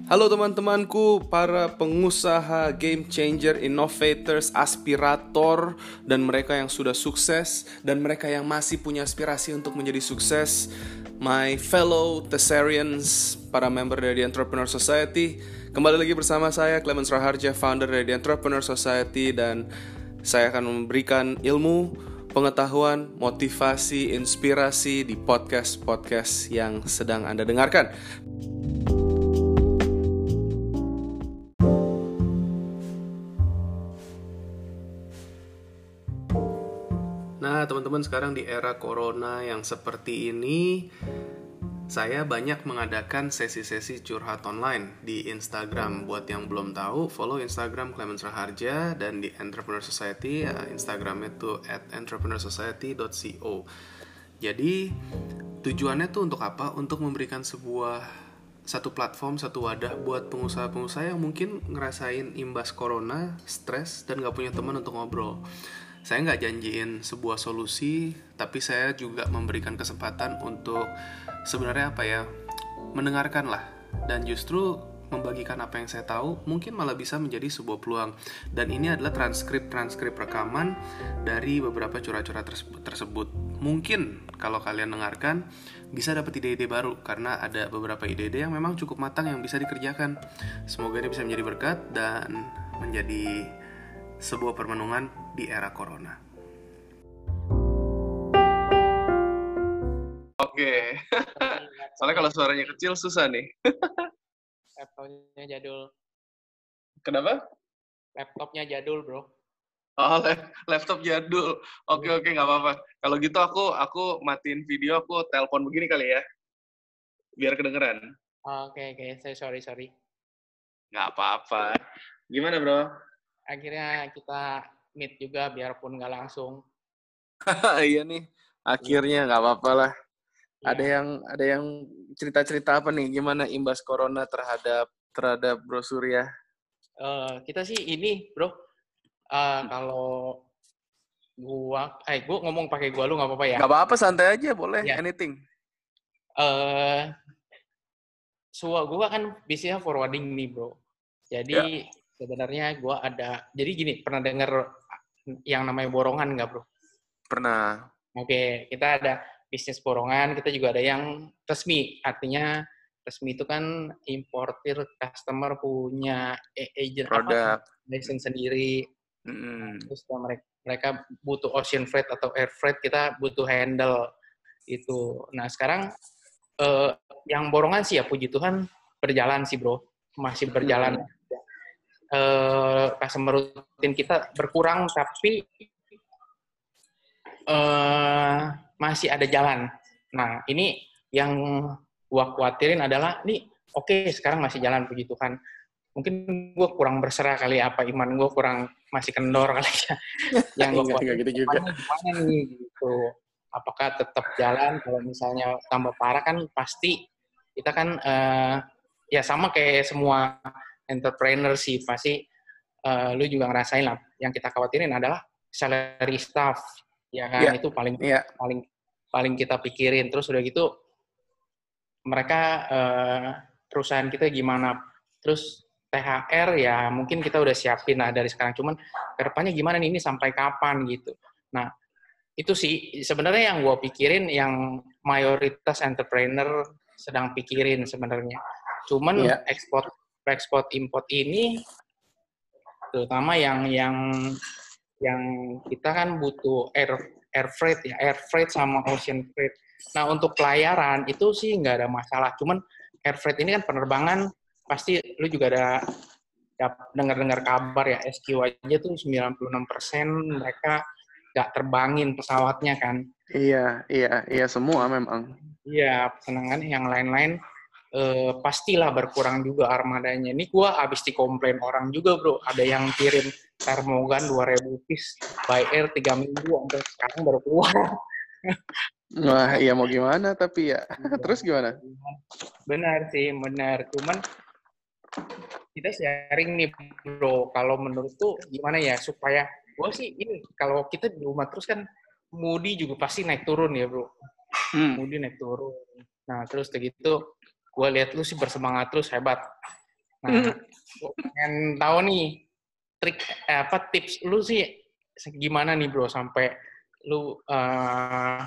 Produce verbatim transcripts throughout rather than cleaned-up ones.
Halo teman-temanku, para pengusaha, game changer, innovators, aspirator, dan mereka yang sudah sukses, dan mereka yang masih punya aspirasi untuk menjadi sukses. My fellow Thessarians, para member dari The Entrepreneur Society. Kembali lagi bersama saya, Clemens Raharja, founder dari The Entrepreneur Society. Dan saya akan memberikan ilmu, pengetahuan, motivasi, inspirasi di podcast-podcast yang sedang Anda dengarkan. Nah, teman-teman, sekarang di era corona yang seperti ini, saya banyak mengadakan sesi-sesi curhat online di Instagram. Buat yang belum tahu, follow Instagram Clemens Raharja, dan di Entrepreneur Society, Instagramnya tuh at entrepreneur society dot co. Jadi, tujuannya tuh untuk apa? Untuk memberikan sebuah satu platform, satu wadah buat pengusaha-pengusaha yang mungkin ngerasain imbas corona, stres, dan gak punya teman untuk ngobrol. Saya nggak janjiin sebuah solusi, tapi saya juga memberikan kesempatan untuk sebenarnya apa ya, mendengarkan lah, dan justru membagikan apa yang saya tahu, mungkin malah bisa menjadi sebuah peluang. Dan ini adalah transkrip-transkrip rekaman dari beberapa curhat-curhat tersebut. Mungkin kalau kalian dengarkan, bisa dapat ide-ide baru, karena ada beberapa ide-ide yang memang cukup matang yang bisa dikerjakan. Semoga ini bisa menjadi berkat dan menjadi sebuah permenungan di era corona. Oke. Soalnya kalau suaranya kecil susah nih. Laptopnya jadul. Kenapa? Laptopnya jadul, bro. Oh, laptop jadul. Oke, oke, nggak apa-apa. Kalau gitu aku aku matiin video, aku telepon begini kali ya, biar kedengeran. Oke, oke. Saya sorry, sorry. Nggak apa-apa. Gimana, bro? Akhirnya kita meet juga, biarpun nggak langsung. Iya nih. Akhirnya nggak apa-apa lah. Ya. Ada yang ada yang cerita-cerita apa nih? Gimana imbas corona terhadap terhadap Bro Surya? Uh, kita sih ini, bro. Uh, kalau gua, eh, gua ngomong pakai gua, lu nggak apa-apa ya? Nggak apa-apa, santai aja, boleh. Ya. Anything. Uh, so, gua kan bisnisnya forwarding nih, bro. Jadi ya. Sebenarnya gua ada, jadi gini, pernah dengar yang namanya borongan nggak, bro? Pernah. Oke, kita ada bisnis borongan, kita juga ada yang resmi. Artinya resmi itu kan importir, customer punya agent produk, apa, license sendiri. Mm-hmm. Terus mereka mereka butuh ocean freight atau air freight, kita butuh handle itu. Nah sekarang eh, yang borongan sih ya puji Tuhan berjalan sih, bro, masih berjalan. Mm-hmm. Eh, customer rutin kita berkurang, tapi Uh, masih ada jalan. Nah, ini yang gua khawatirin adalah, nih oke okay, sekarang masih jalan puji Tuhan. Mungkin gua kurang berserah kali, apa iman gua kurang masih kendor kali ya. Yang gua khawatirin gitu juga. Gimana nih gitu. Apakah tetap jalan? Kalau misalnya tambah parah kan pasti kita kan uh, ya sama kayak semua entrepreneur sih, pasti uh, lu juga ngerasain lah. Yang kita khawatirin adalah salary staff. Ya kan, yeah. Itu paling yeah. paling paling kita pikirin. Terus udah gitu mereka eh, perusahaan kita gimana, terus T H R ya mungkin kita udah siapin lah dari sekarang, cuman kedepannya gimana nih, ini sampai kapan gitu. Nah itu sih sebenarnya yang gue pikirin, yang mayoritas entrepreneur sedang pikirin sebenarnya. Cuman yeah. ekspor ekspor import ini terutama yang yang yang kita kan butuh air air freight ya, air freight sama ocean freight. Nah untuk pelayaran itu sih nggak ada masalah. Cuman air freight ini kan penerbangan, pasti lu juga ada ya, dengar-dengar kabar ya, S Q aja tuh sembilan puluh enam persen mereka nggak terbangin pesawatnya kan. Iya, iya, iya semua memang. Iya, pesenangan yang lain-lain eh, pastilah berkurang juga armadanya. Ini gua abis dikomplain orang juga, bro. Ada yang kirim termogan dua ribu piece by air tiga minggu sampai sekarang baru keluar. Wah, iya mau gimana tapi ya. Terus gimana? Benar sih, benar. Cuman kita sharing nih, bro. Kalau menurut tuh gimana ya supaya gua sih ini kalau kita di rumah terus kan moodi juga pasti naik turun ya, bro. Hmm. Moodi naik turun. Nah, terus begitu gue lihat lu sih bersemangat terus, hebat. Nah, gue pengen tahu nih trik eh, apa tips lu sih gimana nih bro sampai lu uh,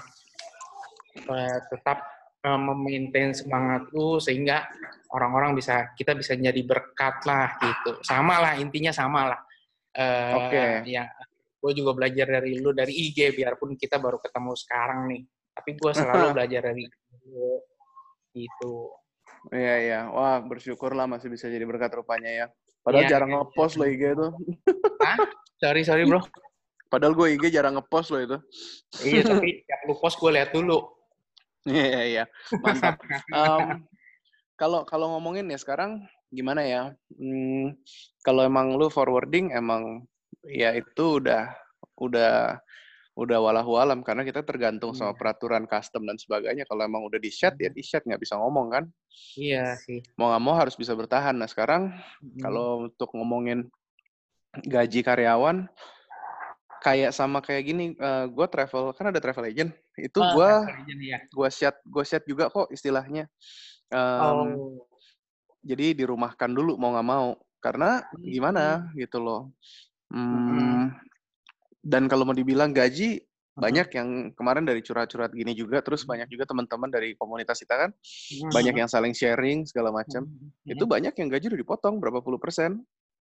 uh, tetap uh, memaintain semangat lu sehingga orang-orang bisa kita bisa jadi berkat lah gitu. Sama lah intinya sama lah. Oke. Uh, ya, gue juga belajar dari lu dari I G biarpun kita baru ketemu sekarang nih. Tapi gue selalu belajar dari lu gitu. Iya, iya. Wah, bersyukur lah masih bisa jadi berkat rupanya ya. Padahal Iya, jarang iya. nge-post lo I G tuh. Hah? Sorry, sorry bro. Padahal gue I G jarang nge-post lo itu. Iya, tapi tiap lu post gue lihat dulu. Iya, iya, iya. Mantap. Um, kalau kalau ngomongin ya sekarang gimana ya? Hmm, kalau emang lu forwarding emang ya itu udah udah udah walahu alam karena kita tergantung sama peraturan custom dan sebagainya. Kalau emang udah di-chat ya di-chat, nggak bisa ngomong kan? Iya sih. Mau nggak mau harus bisa bertahan. Nah sekarang hmm. kalau untuk ngomongin gaji karyawan, kayak sama kayak gini, uh, gue travel kan ada travel agent, itu oh, gue ya. gue chat gue chat juga kok istilahnya. Um, oh. Jadi dirumahkan dulu mau nggak mau karena gimana hmm. gitu loh. Hmm, hmm. Dan kalau mau dibilang gaji hmm. banyak yang kemarin dari curhat-curhat gini juga, terus banyak juga teman-teman dari komunitas kita kan hmm. banyak yang saling sharing segala macam. Hmm. Itu banyak yang gaji udah dipotong berapa puluh persen.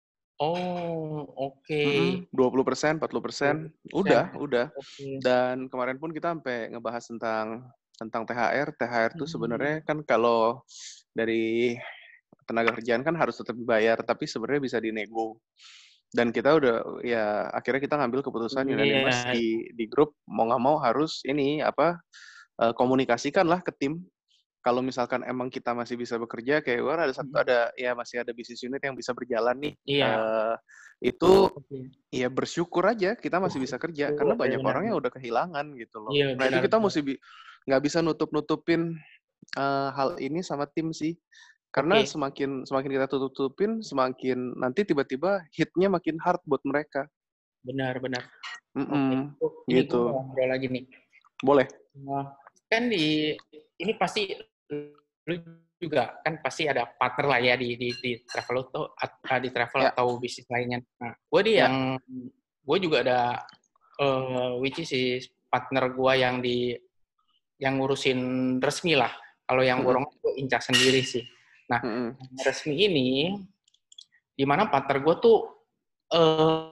Oh, oke. Okay. dua puluh persen, empat puluh persen. Udah, udah. Okay. Dan kemarin pun kita sampai ngebahas tentang tentang T H R. T H R itu sebenarnya kan kalau dari tenaga kerjaan kan harus tetap dibayar, tapi sebenarnya bisa dinego. Dan kita udah ya akhirnya kita ngambil keputusan unanimous yeah. di di grup mau nggak mau harus ini apa uh, komunikasikan lah ke tim. Kalau misalkan emang kita masih bisa bekerja, kayak gue ada satu ada ya masih ada bisnis unit yang bisa berjalan nih, iya. uh, itu okay. ya bersyukur aja kita masih bisa kerja oh, karena banyak benar, orang yang udah kehilangan gitu loh. Iya, nah benar, itu kita benar. mesti bi- nggak bisa nutup-nutupin uh, hal ini sama tim sih, karena okay. semakin semakin kita tutup-tutupin, semakin nanti tiba-tiba hitnya makin hard buat mereka. Benar, benar. Okay. Ini gitu. Gue ngobrol lagi nih. Boleh. Nah, kan di ini pasti lu juga kan pasti ada partner lah ya di di, di travel atau di travel yeah. atau bisnis lainnya. Nah, gue di yeah. yang gue juga ada uh, which is si partner gue yang di yang ngurusin resmi lah. Kalau yang borong mm-hmm. gue incak sendiri sih. Nah, mm-hmm. resmi ini di mana partner gue tuh uh,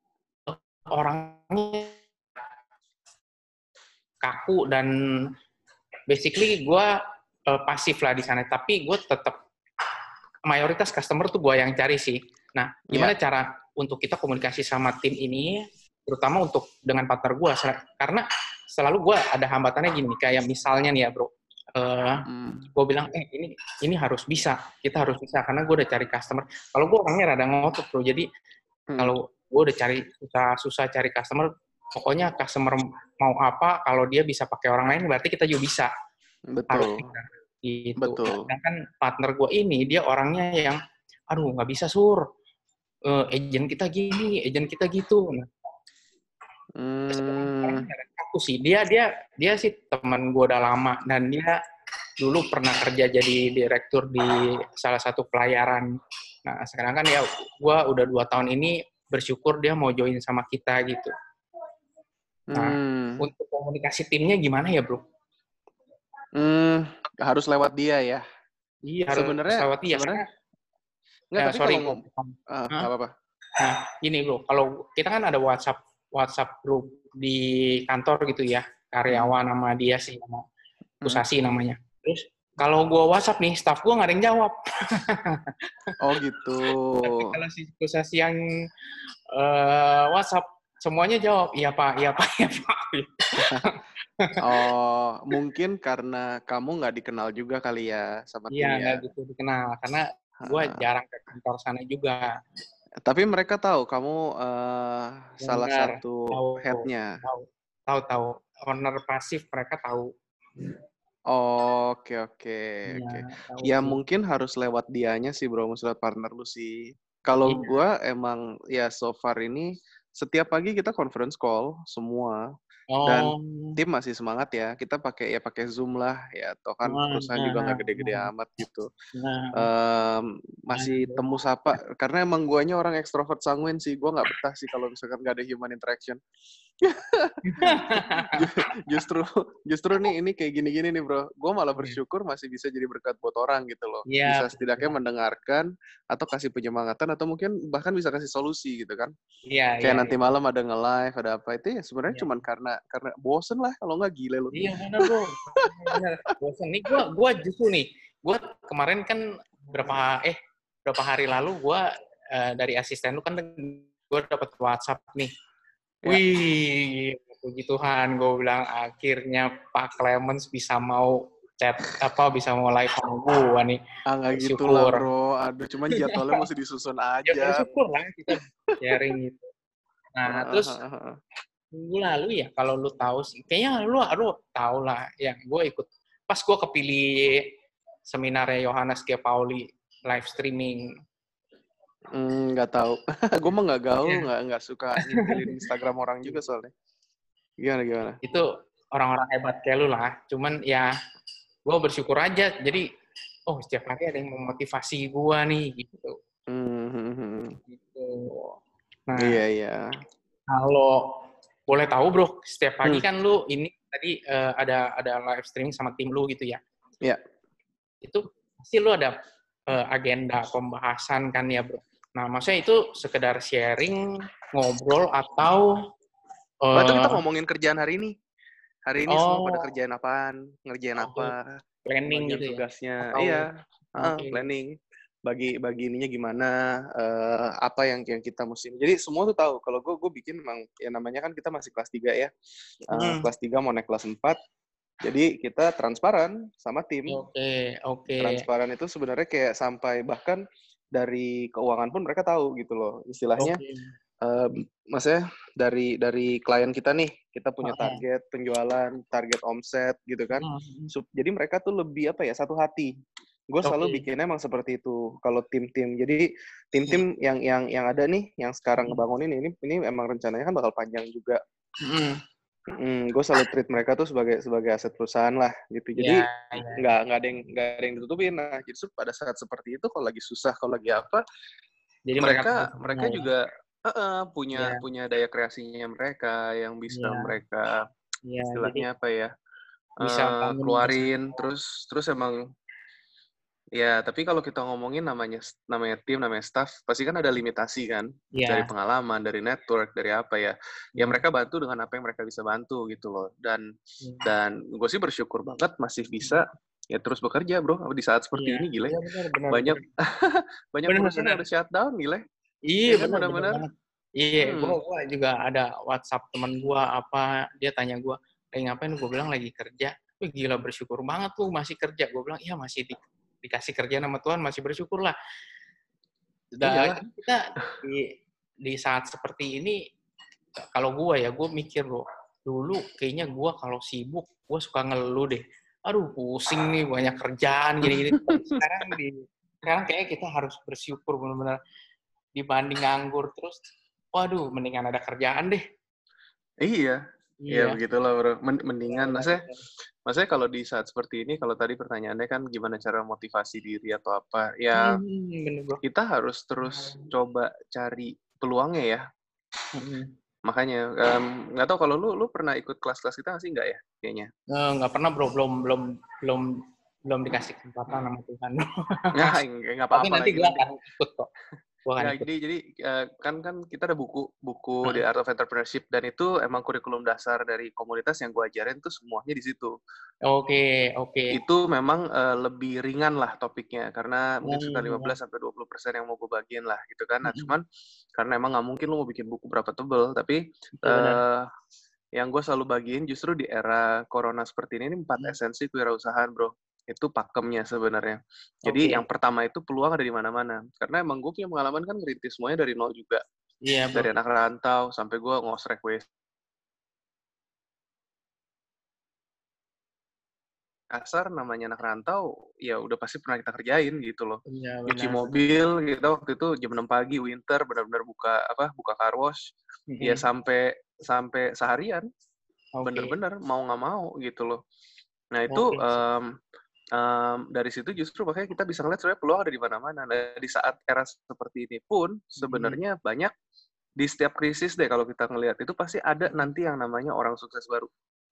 orangnya kaku dan basically gue uh, pasif lah di sana, tapi gue tetap mayoritas customer tuh gue yang cari sih. Nah, gimana yeah. cara untuk kita komunikasi sama tim ini, terutama untuk dengan partner gue, karena selalu gue ada hambatannya gini, kayak misalnya nih ya bro, uh, mm. gue bilang, eh ini ini harus bisa, kita harus bisa, karena gue udah cari customer. Kalau gue orangnya rada ngotot bro, jadi mm. kalau gue udah cari susah-susah cari customer, pokoknya customer mau apa, kalau dia bisa pakai orang lain, berarti kita juga bisa. Betul. Gitu. Betul. Sedangkan partner gue ini, dia orangnya yang, aduh nggak bisa sur, uh, agent kita gini, agent kita gitu. Nah, hmm. aku sih, dia dia dia sih teman gue udah lama, dan dia dulu pernah kerja jadi direktur di salah satu pelayaran. Nah sekarang kan ya, gue udah dua tahun ini bersyukur dia mau join sama kita gitu. Nah, hmm. untuk komunikasi timnya gimana ya, bro? Hmm, harus lewat dia ya. Iya, sebenarnya harus lewat dia. Sebenarnya nggak, ya, tapi sorry, kalau ngomong, uh, nggak apa-apa. Nah, ini bro, kalau kita kan ada WhatsApp WhatsApp grup di kantor gitu ya, karyawan nama dia sih, nama Kusasi hmm. namanya. Terus kalau gue WhatsApp nih, staff gue nggak ada yang jawab. Oh gitu. Tapi kalau si Kusasi yang uh, WhatsApp, semuanya jawab, iya Pak, iya Pak, iya Pak. Oh, mungkin karena kamu nggak dikenal juga kali ya sama dia. Iya, nggak gitu dikenal, karena gue jarang ke kantor sana juga. Tapi mereka tahu kamu uh, salah satu tahu, head-nya. Tahu, tahu, tahu. Owner pasif mereka tahu. Oh, oke, oke, ya, oke. Ya sih. Mungkin harus lewat dianya sih, bro, lewat partner lu sih. Kalau iya. gue emang ya so far ini setiap pagi kita conference call semua. Dan Oh. tim masih semangat ya. Kita pakai ya pakai Zoom lah ya. Toh kan Nah, perusahaan nah, juga nah, nggak gede-gede nah. amat gitu. Nah, Um, masih nah. temu sapa karena emang guanya orang ekstrovert sanguin sih. Gua nggak betah sih kalau misalkan nggak ada human interaction. justru justru nih ini kayak gini-gini nih bro, gue malah bersyukur masih bisa jadi berkat buat orang gitu loh, Iya, bisa setidaknya mendengarkan atau kasih penyemangatan atau mungkin bahkan bisa kasih solusi gitu kan, iya, iya, kayak nanti iya. malam ada nge-live ada apa itu ya sebenarnya Iya. cuman karena karena bosen lah kalau nggak gile lo. Iya benar bro, benar. Bosan nih, gua gua justru nih, gua kemarin kan berapa eh berapa hari lalu gua eh, dari asisten lu kan gua dapat WhatsApp nih. Ya. Wih, puji Tuhan, gue bilang akhirnya Pak Clemens bisa mau chat apa bisa mau live sama gua nih. Ah nggak gitu lah Bersyukur. bro, aduh cuman jadwalnya mesti disusun Ya aja. bersyukur lah kita sharing gitu. Nah, terus minggu lalu ya kalau lu tahu sih, kayaknya lu lu tahu lah yang gue ikut pas gue kepilih seminarnya Yohanes G. Pauli live streaming. Nggak hmm, tahu, gue mah nggak gaul, Ya. nggak nggak suka ngintilin Instagram orang juga soalnya. Gimana gimana? Itu orang-orang hebat kayak lu lah. Cuman ya gue bersyukur aja. Jadi oh setiap hari ada yang memotivasi gue nih gitu. Hmm. Gitu. Nah, Iya iya. kalau boleh tahu bro, setiap pagi Hmm. kan lu ini tadi uh, ada ada live streaming sama tim lu gitu ya? Iya. Itu pasti lu ada uh, agenda pembahasan kan ya bro? Nah, maksudnya itu sekedar sharing, ngobrol atau Oh, itu kita uh, ngomongin kerjaan hari ini. Hari ini oh, semua pada kerjaan apaan, ngerjain oh, apa, planning pembagian gitu ya? tugasnya. Atau Iya, uh, okay. planning. Bagi bagi ininya gimana, uh, apa yang yang kita mesti. Jadi semua tuh tahu. Kalau gue gue bikin memang ya namanya kan kita masih kelas tiga ya. Uh, hmm. Kelas tiga mau naik kelas empat. Jadi kita transparan sama tim. Oke, okay, oke. Okay. Transparan itu sebenarnya kayak sampai bahkan dari keuangan pun mereka tahu gitu loh. Istilahnya okay. uh, maksudnya dari dari klien kita nih, kita punya target penjualan, target omset gitu kan. Uh-huh. Jadi mereka tuh lebih apa ya, satu hati. Gue selalu okay. bikinnya emang seperti itu kalau tim-tim. Jadi tim-tim uh-huh. yang yang yang ada nih, yang sekarang uh-huh. ngebangunin ini ini emang rencananya kan bakal panjang juga. Uh-huh. Hmm, gue selalu treat mereka tuh sebagai sebagai aset perusahaan lah gitu. Jadi yeah, yeah. nggak nggak ada yang nggak ada yang ditutupin. Nah, justru pada saat seperti itu kalau lagi susah, kalau lagi apa, jadi mereka mereka, mereka juga uh, uh, punya yeah. punya daya kreasinya mereka yang bisa yeah. mereka yeah, istilahnya apa ya bisa uh, keluarin. Terus terus emang ya, tapi kalau kita ngomongin namanya namanya tim, namanya staff, pasti kan ada limitasi kan, yeah. dari pengalaman, dari network, dari apa ya. Ya mereka bantu dengan apa yang mereka bisa bantu gitu loh. Dan yeah. dan gue sih bersyukur banget masih bisa ya terus bekerja bro di saat seperti yeah. ini gile. Yeah, benar, benar, banyak banyak benar, perusahaan benar. yang udah shutdown gile. Iya ya kan, benar, benar-benar. Iya, hmm. gue gua juga ada WhatsApp teman gue apa dia tanya gue, lagi ngapain? Gue bilang lagi kerja. Wih gila bersyukur banget tuh masih kerja. Gue bilang iya masih di dikasih kerjaan sama Tuhan masih bersyukur lah. Dan kita di di saat seperti ini, kalau gue ya gue mikir loh, dulu kayaknya gue kalau sibuk gue suka ngeluh deh. Aduh pusing nih banyak kerjaan gini-gini. Sekarang di sekarang kayaknya kita harus bersyukur benar-benar dibanding nganggur terus. Waduh mendingan ada kerjaan deh. Iya. Iya ya, begitulah bro. Mendingan, maksudnya, maksudnya kalau di saat seperti ini, kalau tadi pertanyaannya kan gimana cara motivasi diri atau apa, ya hmm, kita harus terus hmm. coba cari peluangnya ya. Hmm. Makanya, nggak um, tahu kalau lu, lu pernah ikut kelas-kelas kita nggak sih? Nggak ya, kayaknya? Nggak pernah bro, belum, belum, belum, belum dikasih kesempatan sama Tuhan. Nggak, nggak apa-apa. Tapi nanti gue akan ikut kok. Ya, jadi jadi kan kan kita ada buku buku hmm. The Art of Entrepreneurship dan itu emang kurikulum dasar dari komunitas yang gue ajarin tuh semuanya di situ. Oke okay, oke. Okay. Itu memang uh, lebih ringan lah topiknya karena mungkin sekitar lima belas sampai dua puluh persen yang mau gue bagiin lah gitu kan. Nah, hmm. cuman karena emang nggak mungkin lo mau bikin buku berapa tebel, tapi uh, yang gue selalu bagiin justru di era corona seperti ini, ini empat hmm. esensi kewirausahaan, bro. Itu pakemnya sebenarnya. Jadi okay. yang pertama itu peluang ada di mana-mana. Karena emang gue punya pengalaman kan ngerintis semuanya dari nol juga. Iya, dari anak rantau sampai gue ngosrek W kasar namanya anak rantau, ya udah pasti pernah kita kerjain gitu loh. Iya, nyuci mobil gitu waktu itu jam enam pagi winter benar-benar buka apa buka car wash. Mm-hmm. Ya sampai sampai seharian. Oke. bener-bener mau nggak mau gitu loh. Nah itu Oke. um, um, dari situ justru makanya kita bisa ngeliat sebenarnya peluang ada di mana-mana. Nah di saat era seperti ini pun sebenarnya banyak di setiap krisis deh kalau kita ngelihat itu pasti ada nanti yang namanya orang sukses baru.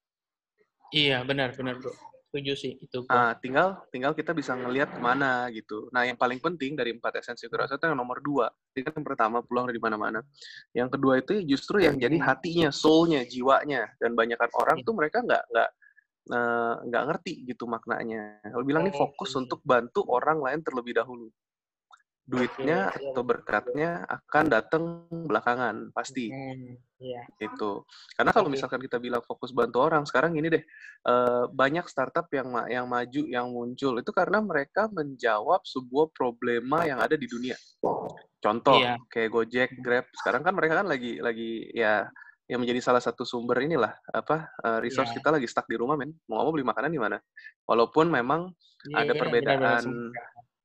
Iya, benar, benar, Bro. Setuju sih itu Ah, gua. tinggal tinggal kita bisa ngelihat kemana gitu. Nah, yang paling penting dari empat esensi kewirausahaan itu yang nomor dua. Itu kan yang pertama peluang dari mana-mana. Yang kedua itu justru yang jadi hatinya, soul-nya, jiwanya. Dan banyakan orang tuh mereka nggak nggak eh, nggak ngerti gitu maknanya. Kalau bilang nih fokus untuk bantu orang lain terlebih dahulu. Duitnya atau berkatnya akan datang belakangan pasti. Hmm, iya. Itu. Karena kalau Oke. misalkan kita bilang fokus bantu orang, sekarang gini deh, eh, banyak startup yang ma- yang maju, yang muncul itu karena mereka menjawab sebuah problema yang ada di dunia. Contoh Iya. kayak Gojek, Grab, sekarang kan mereka kan lagi lagi ya yang menjadi salah satu sumber inilah apa eh, resource Iya. kita lagi stuck di rumah men. Mau nggak mau beli makanan di mana? Walaupun memang ada Iya, benar-benar perbedaan, semua.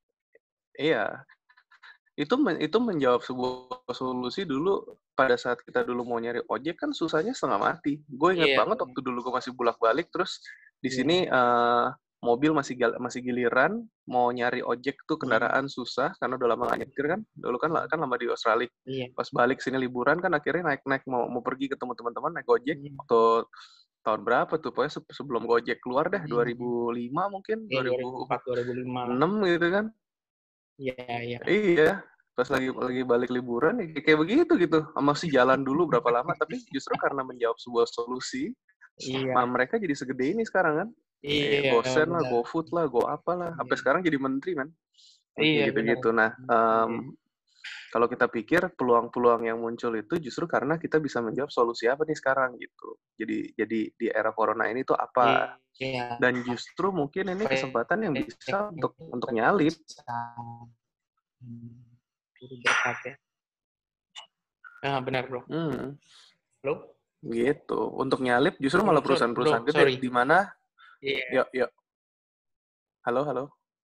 iya itu men- itu menjawab sebuah solusi dulu pada saat kita dulu mau nyari ojek kan susahnya setengah mati. Gue inget Iya. banget waktu dulu gue masih bolak-balik terus di Iya. sini eh, mobil masih gal- masih giliran mau nyari ojek tuh kendaraan susah karena udah lama gak nyetir kan. Dulu kan kan lama di Australia. Iya. Pas balik sini liburan kan akhirnya naik-naik mau mau pergi ketemu teman-teman naik ojek Iya. waktu tahun berapa tuh pokoknya se- sebelum Gojek keluar deh dua ribu lima mungkin Iya, dua ribu empat, dua ribu lima lah. dua ribu enam gitu kan. Iya, iya. Iya, pas lagi lagi balik liburan ya kayak begitu gitu. Masih jalan dulu berapa lama, tapi justru karena menjawab sebuah solusi, Iya. malah mereka jadi segede ini sekarang kan. Eh, Iya, GoSend lah, benar. GoFood lah, Go apalah. Sampai Iya. sekarang jadi menteri kan. Iya, Kayak gitu-gitu. benar. Nah, em, kalau kita pikir peluang-peluang yang muncul itu justru karena kita bisa menjawab solusi apa nih sekarang gitu. Jadi jadi di era corona ini tuh apa? Iya. Dan justru mungkin ini kesempatan yang bisa untuk untuk nyalip. Jadi berkat ya. Ah, benar, Bro. Hmm. Bro? Gitu. Untuk nyalip justru Bro, malah sorry, perusahaan-perusahaan bro, gede sorry. di mana Iya. yuk yuk. Halo, halo.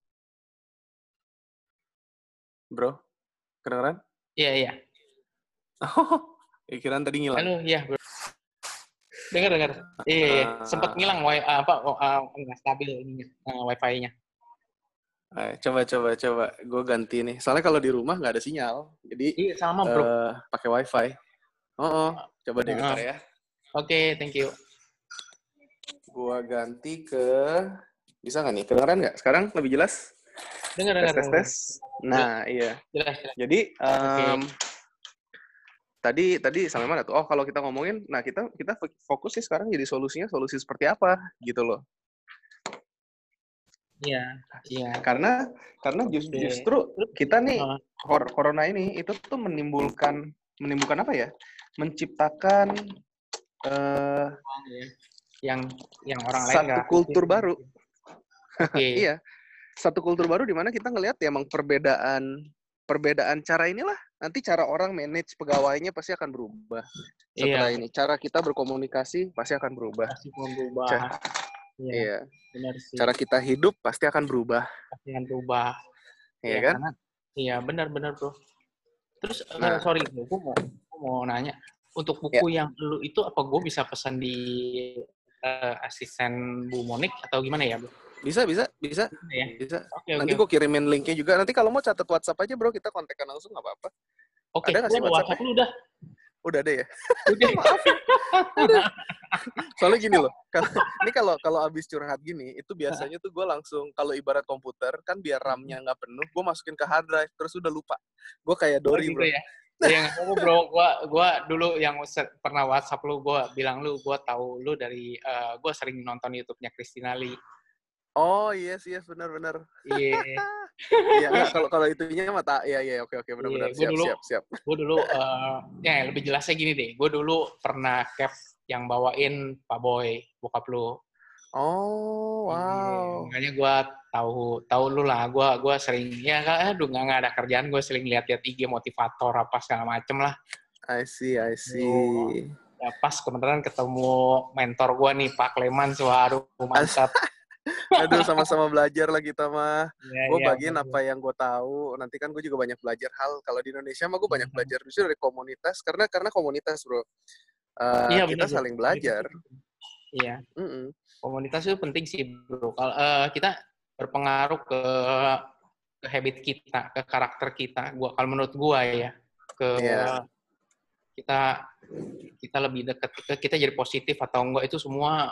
Bro, kedengeran? Iya, iya. Oh, pikiran tadi ngilang. Halo, iya, Bro. Dengar, dengar. Iya, iya. Sempat ngilang wi- apa oh, uh, nggak stabil ininya, uh, wifi-nya. Eh, coba coba coba gue ganti nih. Soalnya kalau di rumah nggak ada sinyal. Jadi Iya, sama, Bro. eh pakai wifi. Oh, oh. Coba deh Uh, bentar ya. Oke, thank you. Gua ganti ke bisa nggak nih? Kedengeran nggak? Sekarang lebih jelas? Dengar, Tes dengar. tes tes. Nah, iya. Jelas, jelas. Jadi em, Oke. tadi tadi sampai mana tuh? Oh, kalau kita ngomongin, nah kita kita fokus sih sekarang jadi solusinya solusi seperti apa gitu loh. Iya, iya. Karena karena just, Oke. justru kita nih Uh, kor- corona ini itu tuh menimbulkan menimbulkan apa ya? Menciptakan eh yang yang orang lain satu nggak kultur pikir. baru. Oke. Iya. Satu kultur baru di mana kita ngelihat ya emang perbedaan perbedaan cara inilah nanti cara orang manage pegawainya pasti akan berubah setelah Iya. ini cara kita berkomunikasi pasti akan berubah Pasti mau berubah. Ca- Iya. iya Benar sih. cara kita hidup pasti akan berubah Pasti akan berubah. iya Ya, kan karena iya benar-benar, Bro. Terus nah uh, sorry, gue mau gua mau nanya untuk ya buku yang lu itu apa gue bisa pesan di uh, asisten Bu Monik atau gimana ya, Bro? bisa bisa bisa Ya. bisa Oke, nanti oke. gue kirimin linknya juga nanti kalau mau catat WhatsApp aja bro kita kontekan langsung nggak apa-apa Oke, ada nggak sih gua ada WhatsApp WhatsAppnya lu udah. udah ada ya Udah. maaf ya udah soalnya gini loh kalau ini kalau kalau abis curhat gini itu biasanya tuh gue langsung kalau ibarat komputer kan biar RAM-nya nggak penuh gue masukin ke hard drive terus udah lupa gue kayak Oh, Dori gitu bro ya. Iya, nggak apa bro. Gua gua dulu yang se- pernah WhatsApp lu, gua bilang lu, gua tahu lu dari uh, gua sering nonton YouTube-nya Christina Lee. oh yes yes benar-benar Iya. iya nggak kalau kalau itunya mata iya iya oke oke benar-benar Iya, gua siap dulu siap siap gua dulu uh, ya lebih jelasnya gini deh. Gua dulu pernah cap yang bawain Pak Boy, bokap lu. oh wow Iya, makanya gue tahu tahu lu lah. Gue gue sering ya aduh nggak nggak ada kerjaan. Gue sering lihat-lihat I G motivator apa segala macem lah. I see I see Oh, ya pas kebenaran ketemu mentor gue nih Pak Kleman, waduh mantap. aduh sama-sama belajar lah kita mah Ya, gue ya, bagiin bener. apa yang gue tahu nanti kan gue juga banyak belajar hal kalau di Indonesia mah gue banyak belajar justru dari komunitas karena karena komunitas bro uh, Iya kita benar bro. saling belajar Iya. Mm-mm. Komunitas itu penting sih, bro. Kalau uh, kita berpengaruh ke ke habit kita, ke karakter kita. Gua kalau menurut gua ya, ke Iya. kita kita lebih dekat, ke kita jadi positif atau enggak itu semua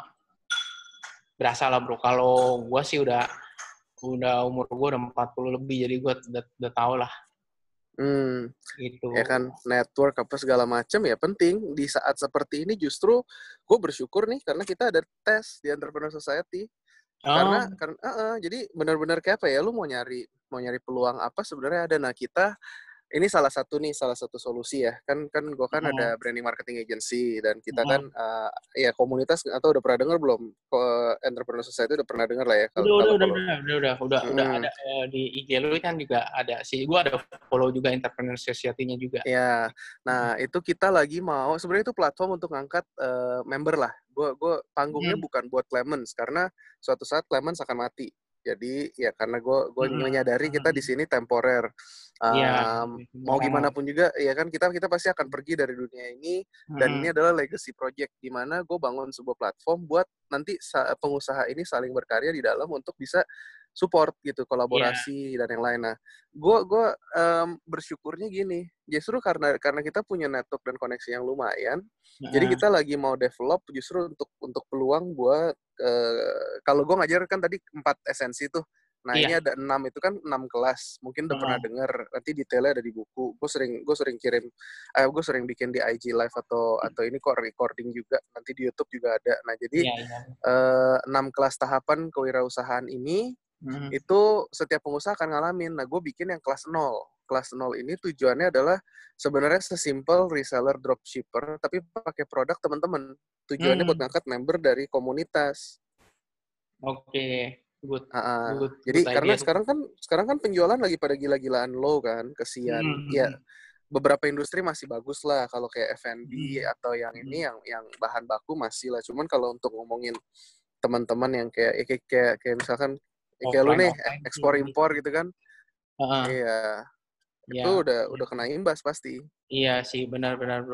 berasa lah, bro. Kalau gua sih udah udah umur gua udah empat puluh lebih, jadi gua udah, udah tau lah Hmm. gitu. Ya kan, network apa segala macam ya penting. Di saat seperti ini justru gue bersyukur nih karena kita ada tes di Entrepreneur Society. Karena Oh, karena uh, uh, jadi benar-benar kayak apa ya, lu mau nyari mau nyari peluang apa sebenarnya ada. Nah, kita ini salah satu nih, salah satu solusi ya. Kan kan gue kan oh, ada branding marketing agency dan kita kan oh. uh, ya komunitas atau udah pernah dengar belum? Ko- Entrepreneur Society udah pernah dengar lah ya kalau Udah, udah, kalau udah, kalau udah, udah, udah, udah, udah mm, ada eh, di I G lu kan juga ada sih. Gua ada follow juga Entrepreneur Society-nya juga. ya. Nah, itu kita lagi mau sebenarnya itu platform untuk ngangkat uh, member lah. Gue gue panggungnya Hmm. bukan buat Clemens karena suatu saat Clemens akan mati. Jadi ya karena gue gue menyadari kita di Hmm. sini temporer. Iya, Um, mau gimana benar. pun juga ya kan kita kita pasti akan pergi dari dunia ini dan ini Hmm. adalah legacy project di mana gue bangun sebuah platform buat nanti sa- pengusaha ini saling berkarya di dalam untuk bisa support gitu, Iya. kolaborasi dan yang lain. Nah, gue gue um, bersyukurnya gini, justru karena karena kita punya network dan koneksi yang lumayan, jadi Heeh. kita lagi mau develop justru untuk untuk peluang buat uh, kalau gue ngajar kan tadi empat esensi tuh. Nah, ini Iya. ada enam itu kan enam kelas. Mungkin udah pernah Heeh. dengar. Nanti detailnya ada di buku. Gue sering gue sering kirim, eh, gue sering bikin di I G live atau atau ini kok recording juga. Nanti di YouTube juga ada. Nah, jadi Iya, iya. eh, enam kelas tahapan kewirausahaan ini Hmm. itu setiap pengusaha akan ngalamin. Nah, gue bikin yang kelas nol. Kelas nol ini tujuannya adalah sebenarnya sesimpel reseller dropshipper, tapi pakai produk teman-teman. Tujuannya buat Hmm. ngangkat member dari komunitas. Oke. Good. Ah, Good. jadi Good karena idea tuh. sekarang kan sekarang kan penjualan lagi pada gila-gilaan low kan, kesian. Ya Hmm. beberapa industri masih bagus lah kalau kayak F and B Hmm. atau yang Hmm. ini yang yang bahan baku masih lah. Cuman kalau untuk ngomongin teman-teman yang kayak ya kayak, kayak kayak misalkan ya kayak lu Offline, nih offline sih ekspor lebih. impor gitu kan. Heeh. Iya, itu Iya. udah udah kena imbas pasti. Iya sih, benar-benar, bro.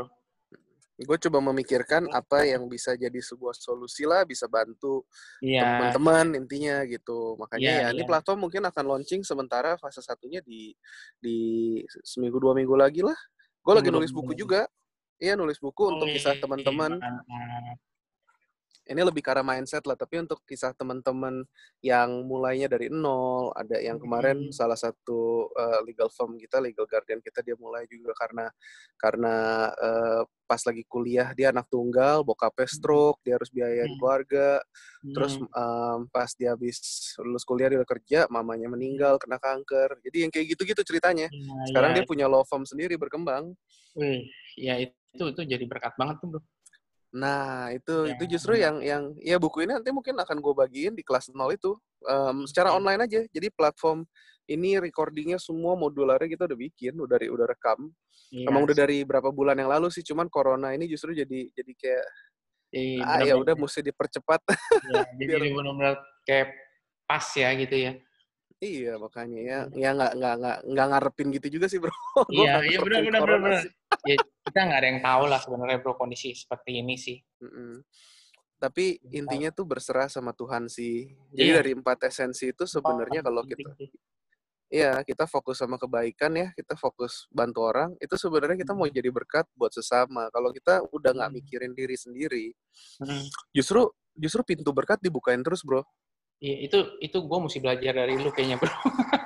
Gue coba memikirkan apa yang bisa jadi sebuah solusi lah, bisa bantu Iya. teman-teman intinya gitu. Makanya Iya, ya ini iya. platform mungkin akan launching sementara fase satunya di di seminggu dua minggu lagi lah. Gue lagi Tunggu nulis dong. buku juga. Iya, nulis buku Oh, untuk kisah iya, teman-teman. mantap. Ini lebih ke arah mindset lah, tapi untuk kisah teman-teman yang mulainya dari nol, ada yang kemarin Hmm. salah satu uh, legal firm kita, legal guardian kita, dia mulai juga karena karena uh, pas lagi kuliah dia anak tunggal, bokapnya stroke, dia harus biayain Hmm. keluarga, terus Hmm. um, pas dia habis lulus kuliah dia udah kerja, mamanya meninggal kena kanker, jadi yang kayak gitu-gitu ceritanya. Iya, iya. Sekarang dia punya law firm sendiri berkembang. Wih, ya itu itu jadi berkat banget tuh, bro. Nah, itu Ya, itu justru benar. yang yang ya buku ini nanti mungkin akan gue bagiin di kelas nol itu um, secara Hmm. online aja. Jadi platform ini recordingnya semua modularnya kita udah bikin, udah dari udah rekam. Iya, Emang udah dari berapa bulan yang lalu sih, cuman corona ini justru jadi jadi kayak jadi ah ya benar-benar udah mesti dipercepat ya, jadi biar benar-benar kayak pas ya gitu ya. iya makanya ya Hmm. ya nggak nggak nggak nggak ngarepin gitu juga sih bro. Gue Iya, nggak iya ngarepin benar-benar corona benar-benar. sih. Ya, kita nggak ada yang tahu lah sebenarnya, bro, kondisi seperti ini sih. Mm-mm. Tapi Tahu. intinya tuh berserah sama Tuhan sih. Jadi Iya, dari empat esensi itu sebenarnya paling kalau penting kita sih. iya, kita fokus sama kebaikan ya, kita fokus bantu orang, itu sebenarnya kita mau Hmm. jadi berkat buat sesama. Kalau kita udah nggak Hmm. mikirin diri sendiri, Hmm. justru justru pintu berkat dibukain terus, bro. Iya, itu itu gue mesti belajar dari lu kayaknya, bro.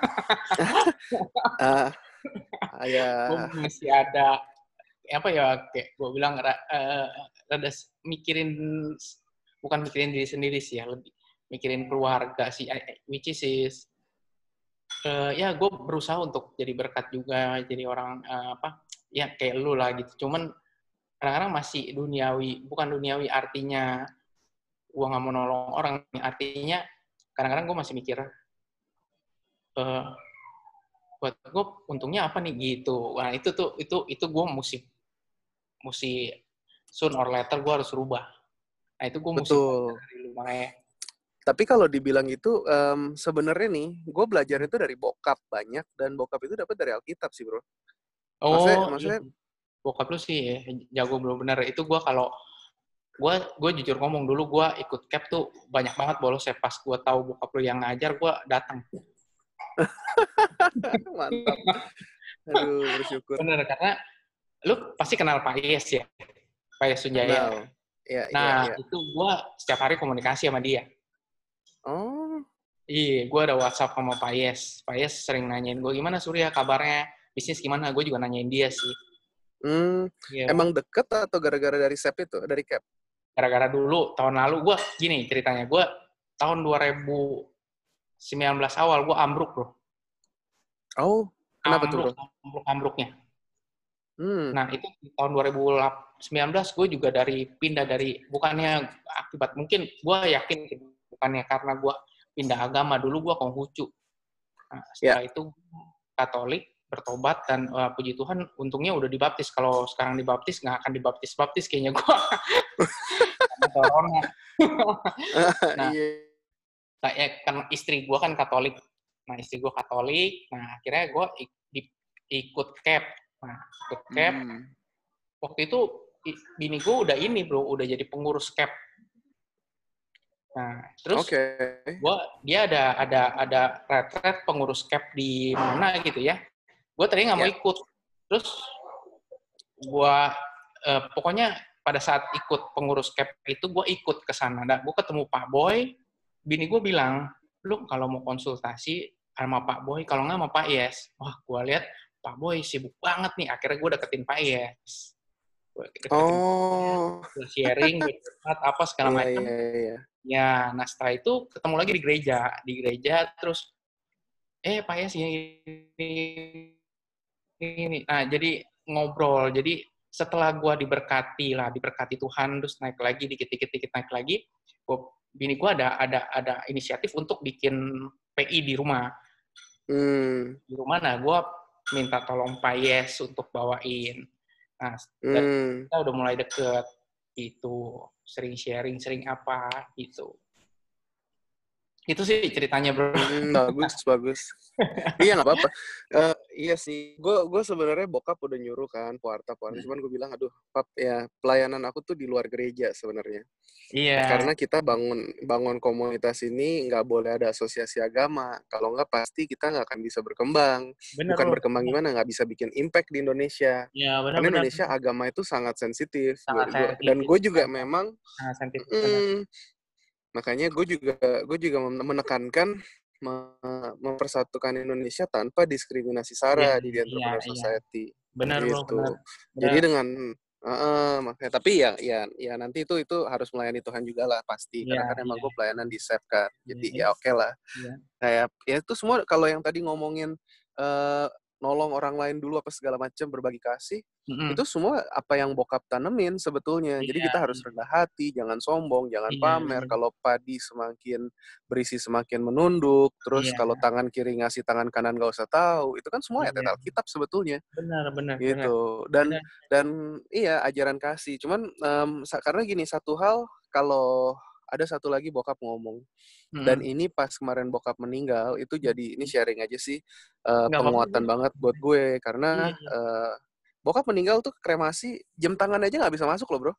Ah, ya, Gue mesti ada apa ya, kayak gue bilang ra- eh, rada s- mikirin, bukan mikirin diri sendiri sih ya, lebih mikirin keluarga sih, eh, eh, which is is, eh, ya gue berusaha untuk jadi berkat juga, jadi orang eh, apa ya kayak lu lah gitu. Cuman kadang-kadang masih duniawi, bukan duniawi artinya gue nggak mau nolong orang, artinya kadang-kadang gue masih mikir, eh, buat gue untungnya apa nih gitu. Nah itu tuh itu itu gue mesti mesti soon or later gue harus rubah. Nah itu gue mesti belajar betul. dari lu makanya. Tapi kalau dibilang itu, em, sebenarnya nih, gue belajar itu dari bokap banyak, dan bokap itu dapat dari Alkitab sih, bro. Maksudnya, Oh iya, maksudnya bokap lu sih ya, jago bener-bener. Itu gue kalau gue gue jujur ngomong dulu gue ikut cap tuh banyak banget bolos ya, pas gue tahu bokap lu yang ngajar gue datang. Mantap. Aduh, bersyukur. Bener, karena lu pasti kenal Pak Yes ya, Pak Yes Sunjaya. Kenal. Ya, Nah, ya, ya. itu gue setiap hari komunikasi sama dia. Oh. Iya, gue ada WhatsApp sama Pak Yes. Pak Yes sering nanyain gue, gimana Surya kabarnya, bisnis gimana, gue juga nanyain dia sih. Hmm, Iya. Emang deket atau gara-gara dari S E P itu, dari cap? Gara-gara dulu, tahun lalu, gue gini ceritanya, gue tahun dua ribu sembilan belas awal, gue ambruk bro. Oh, kenapa ambruk, tuh bro? Ambruk-ambruknya. Hmm. Nah, itu tahun dua ribu sembilan belas gue juga dari pindah dari, bukannya akibat, mungkin gue yakin bukannya karena gue pindah agama, dulu gue Konghucu. Nah, setelah yeah. itu Katolik, bertobat, dan uh, puji Tuhan untungnya udah dibaptis. Kalau sekarang dibaptis, nggak akan dibaptis-baptis kayaknya gue. Karena corona. Nah, kayak kan istri gue kan Katolik. Nah, istri gue Katolik, nah akhirnya gue ik- ikut cap. Nah, ikut cap. Hmm. Waktu itu bini gue udah ini bro, udah jadi pengurus cap. Nah, terus okay. gua dia ada ada ada retret pengurus cap di mana gitu ya. Gue tadi nggak mau yeah. ikut. Terus gua eh, pokoknya pada saat ikut pengurus cap itu gue ikut ke sana. Nah, gue ketemu Pak Boy. Bini gue bilang, "Lu kalau mau konsultasi sama Pak Boy, kalau nggak sama Pak Yes." Wah, gue lihat Pak Boy sibuk banget nih. Akhirnya gue deketin Pak Yes. Gue deketin oh. Gue sharing, apa segala yeah, macam. Yeah, yeah. Ya, nah setelah itu ketemu lagi di gereja. Di gereja, terus, eh Pak Yes ini, ini. Nah, jadi ngobrol. Jadi setelah gue diberkati lah, diberkati Tuhan, terus naik lagi, dikit-dikit naik lagi, gua, bini gue ada ada ada inisiatif untuk bikin P I di rumah. Hmm. Di rumah, nah gue minta tolong Pak Yes untuk bawain. Nah, dan hmm. kita udah mulai deket, gitu. Sering sharing, sering apa, gitu. Itu sih ceritanya, bro. Hmm, bagus, bagus. Iya, nggak apa-apa. Uh, iya sih, gue gue sebenarnya bokap udah nyuruh kan, puarta-puarta. Hmm. Cuman gue bilang, aduh, pap, ya pelayanan aku tuh di luar gereja sebenarnya. Iya. Karena kita bangun bangun komunitas ini nggak boleh ada asosiasi agama. Kalau nggak pasti kita nggak akan bisa berkembang. Bener, Bukan bro. berkembang gimana, nggak bisa bikin impact di Indonesia. Ya, benar, Karena benar. Indonesia agama itu sangat sensitif. Sangat gua, sensitif. Dan gue juga memang, sangat sensitif. Mm, makanya gue juga gue juga menekankan mempersatukan Indonesia tanpa diskriminasi SARA yeah, di Entrepreneur yeah, Society. Yeah. Benar, gitu. bro, benar. Jadi dengan uh, makanya tapi ya ya ya nanti itu itu harus melayani Tuhan juga lah pasti. Yeah, karena kan emang yeah. gue pelayanan di S E P kan. Jadi yeah. ya oke okay lah. Yeah. Kayak ya itu semua kalau yang tadi ngomongin uh, nolong orang lain dulu apa segala macam, berbagi kasih, mm-hmm. itu semua apa yang bokap tanemin sebetulnya. Yeah. Jadi kita harus rendah hati, jangan sombong, jangan yeah, pamer. Yeah. Kalau padi semakin berisi semakin menunduk, terus yeah. kalau tangan kiri ngasih tangan kanan gak usah tahu, itu kan semua yeah. ya Alkitab sebetulnya. Benar, benar. Gitu. Dan benar. dan iya ajaran kasih. Cuman um, karena gini, satu hal kalau ada satu lagi bokap ngomong, hmm. dan ini pas kemarin bokap meninggal, itu jadi, ini sharing aja sih, uh, penguatan apa-apa. banget buat gue, karena iya. uh, bokap meninggal tuh kremasi, jam tangan aja nggak bisa masuk loh bro,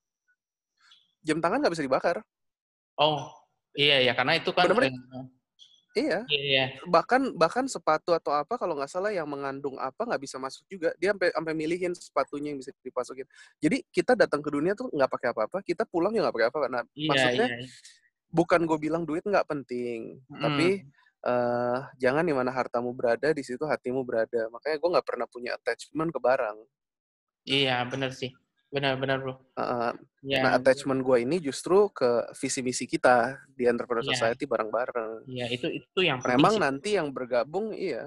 jam tangan nggak bisa dibakar. Oh, iya ya, karena itu kan... Bener-bener, eh, iya. iya, bahkan bahkan sepatu atau apa kalau nggak salah yang mengandung apa nggak bisa masuk juga, dia sampai sampai milihin sepatunya yang bisa dimasukin. Jadi kita datang ke dunia tuh nggak pakai apa-apa, kita pulang ya nggak pakai apa-apa. Nah iya, maksudnya iya. bukan gue bilang duit nggak penting, hmm. tapi uh, jangan di mana hartamu berada di situ hatimu berada. Makanya gue nggak pernah punya attachment ke barang. Iya benar sih. Benar-benar bro. Uh, ya, nah attachment gue ini justru ke visi misi kita di Entrepreneur ya. Society bareng-bareng. Iya itu itu yang penting. Memang sih. nanti yang bergabung iya,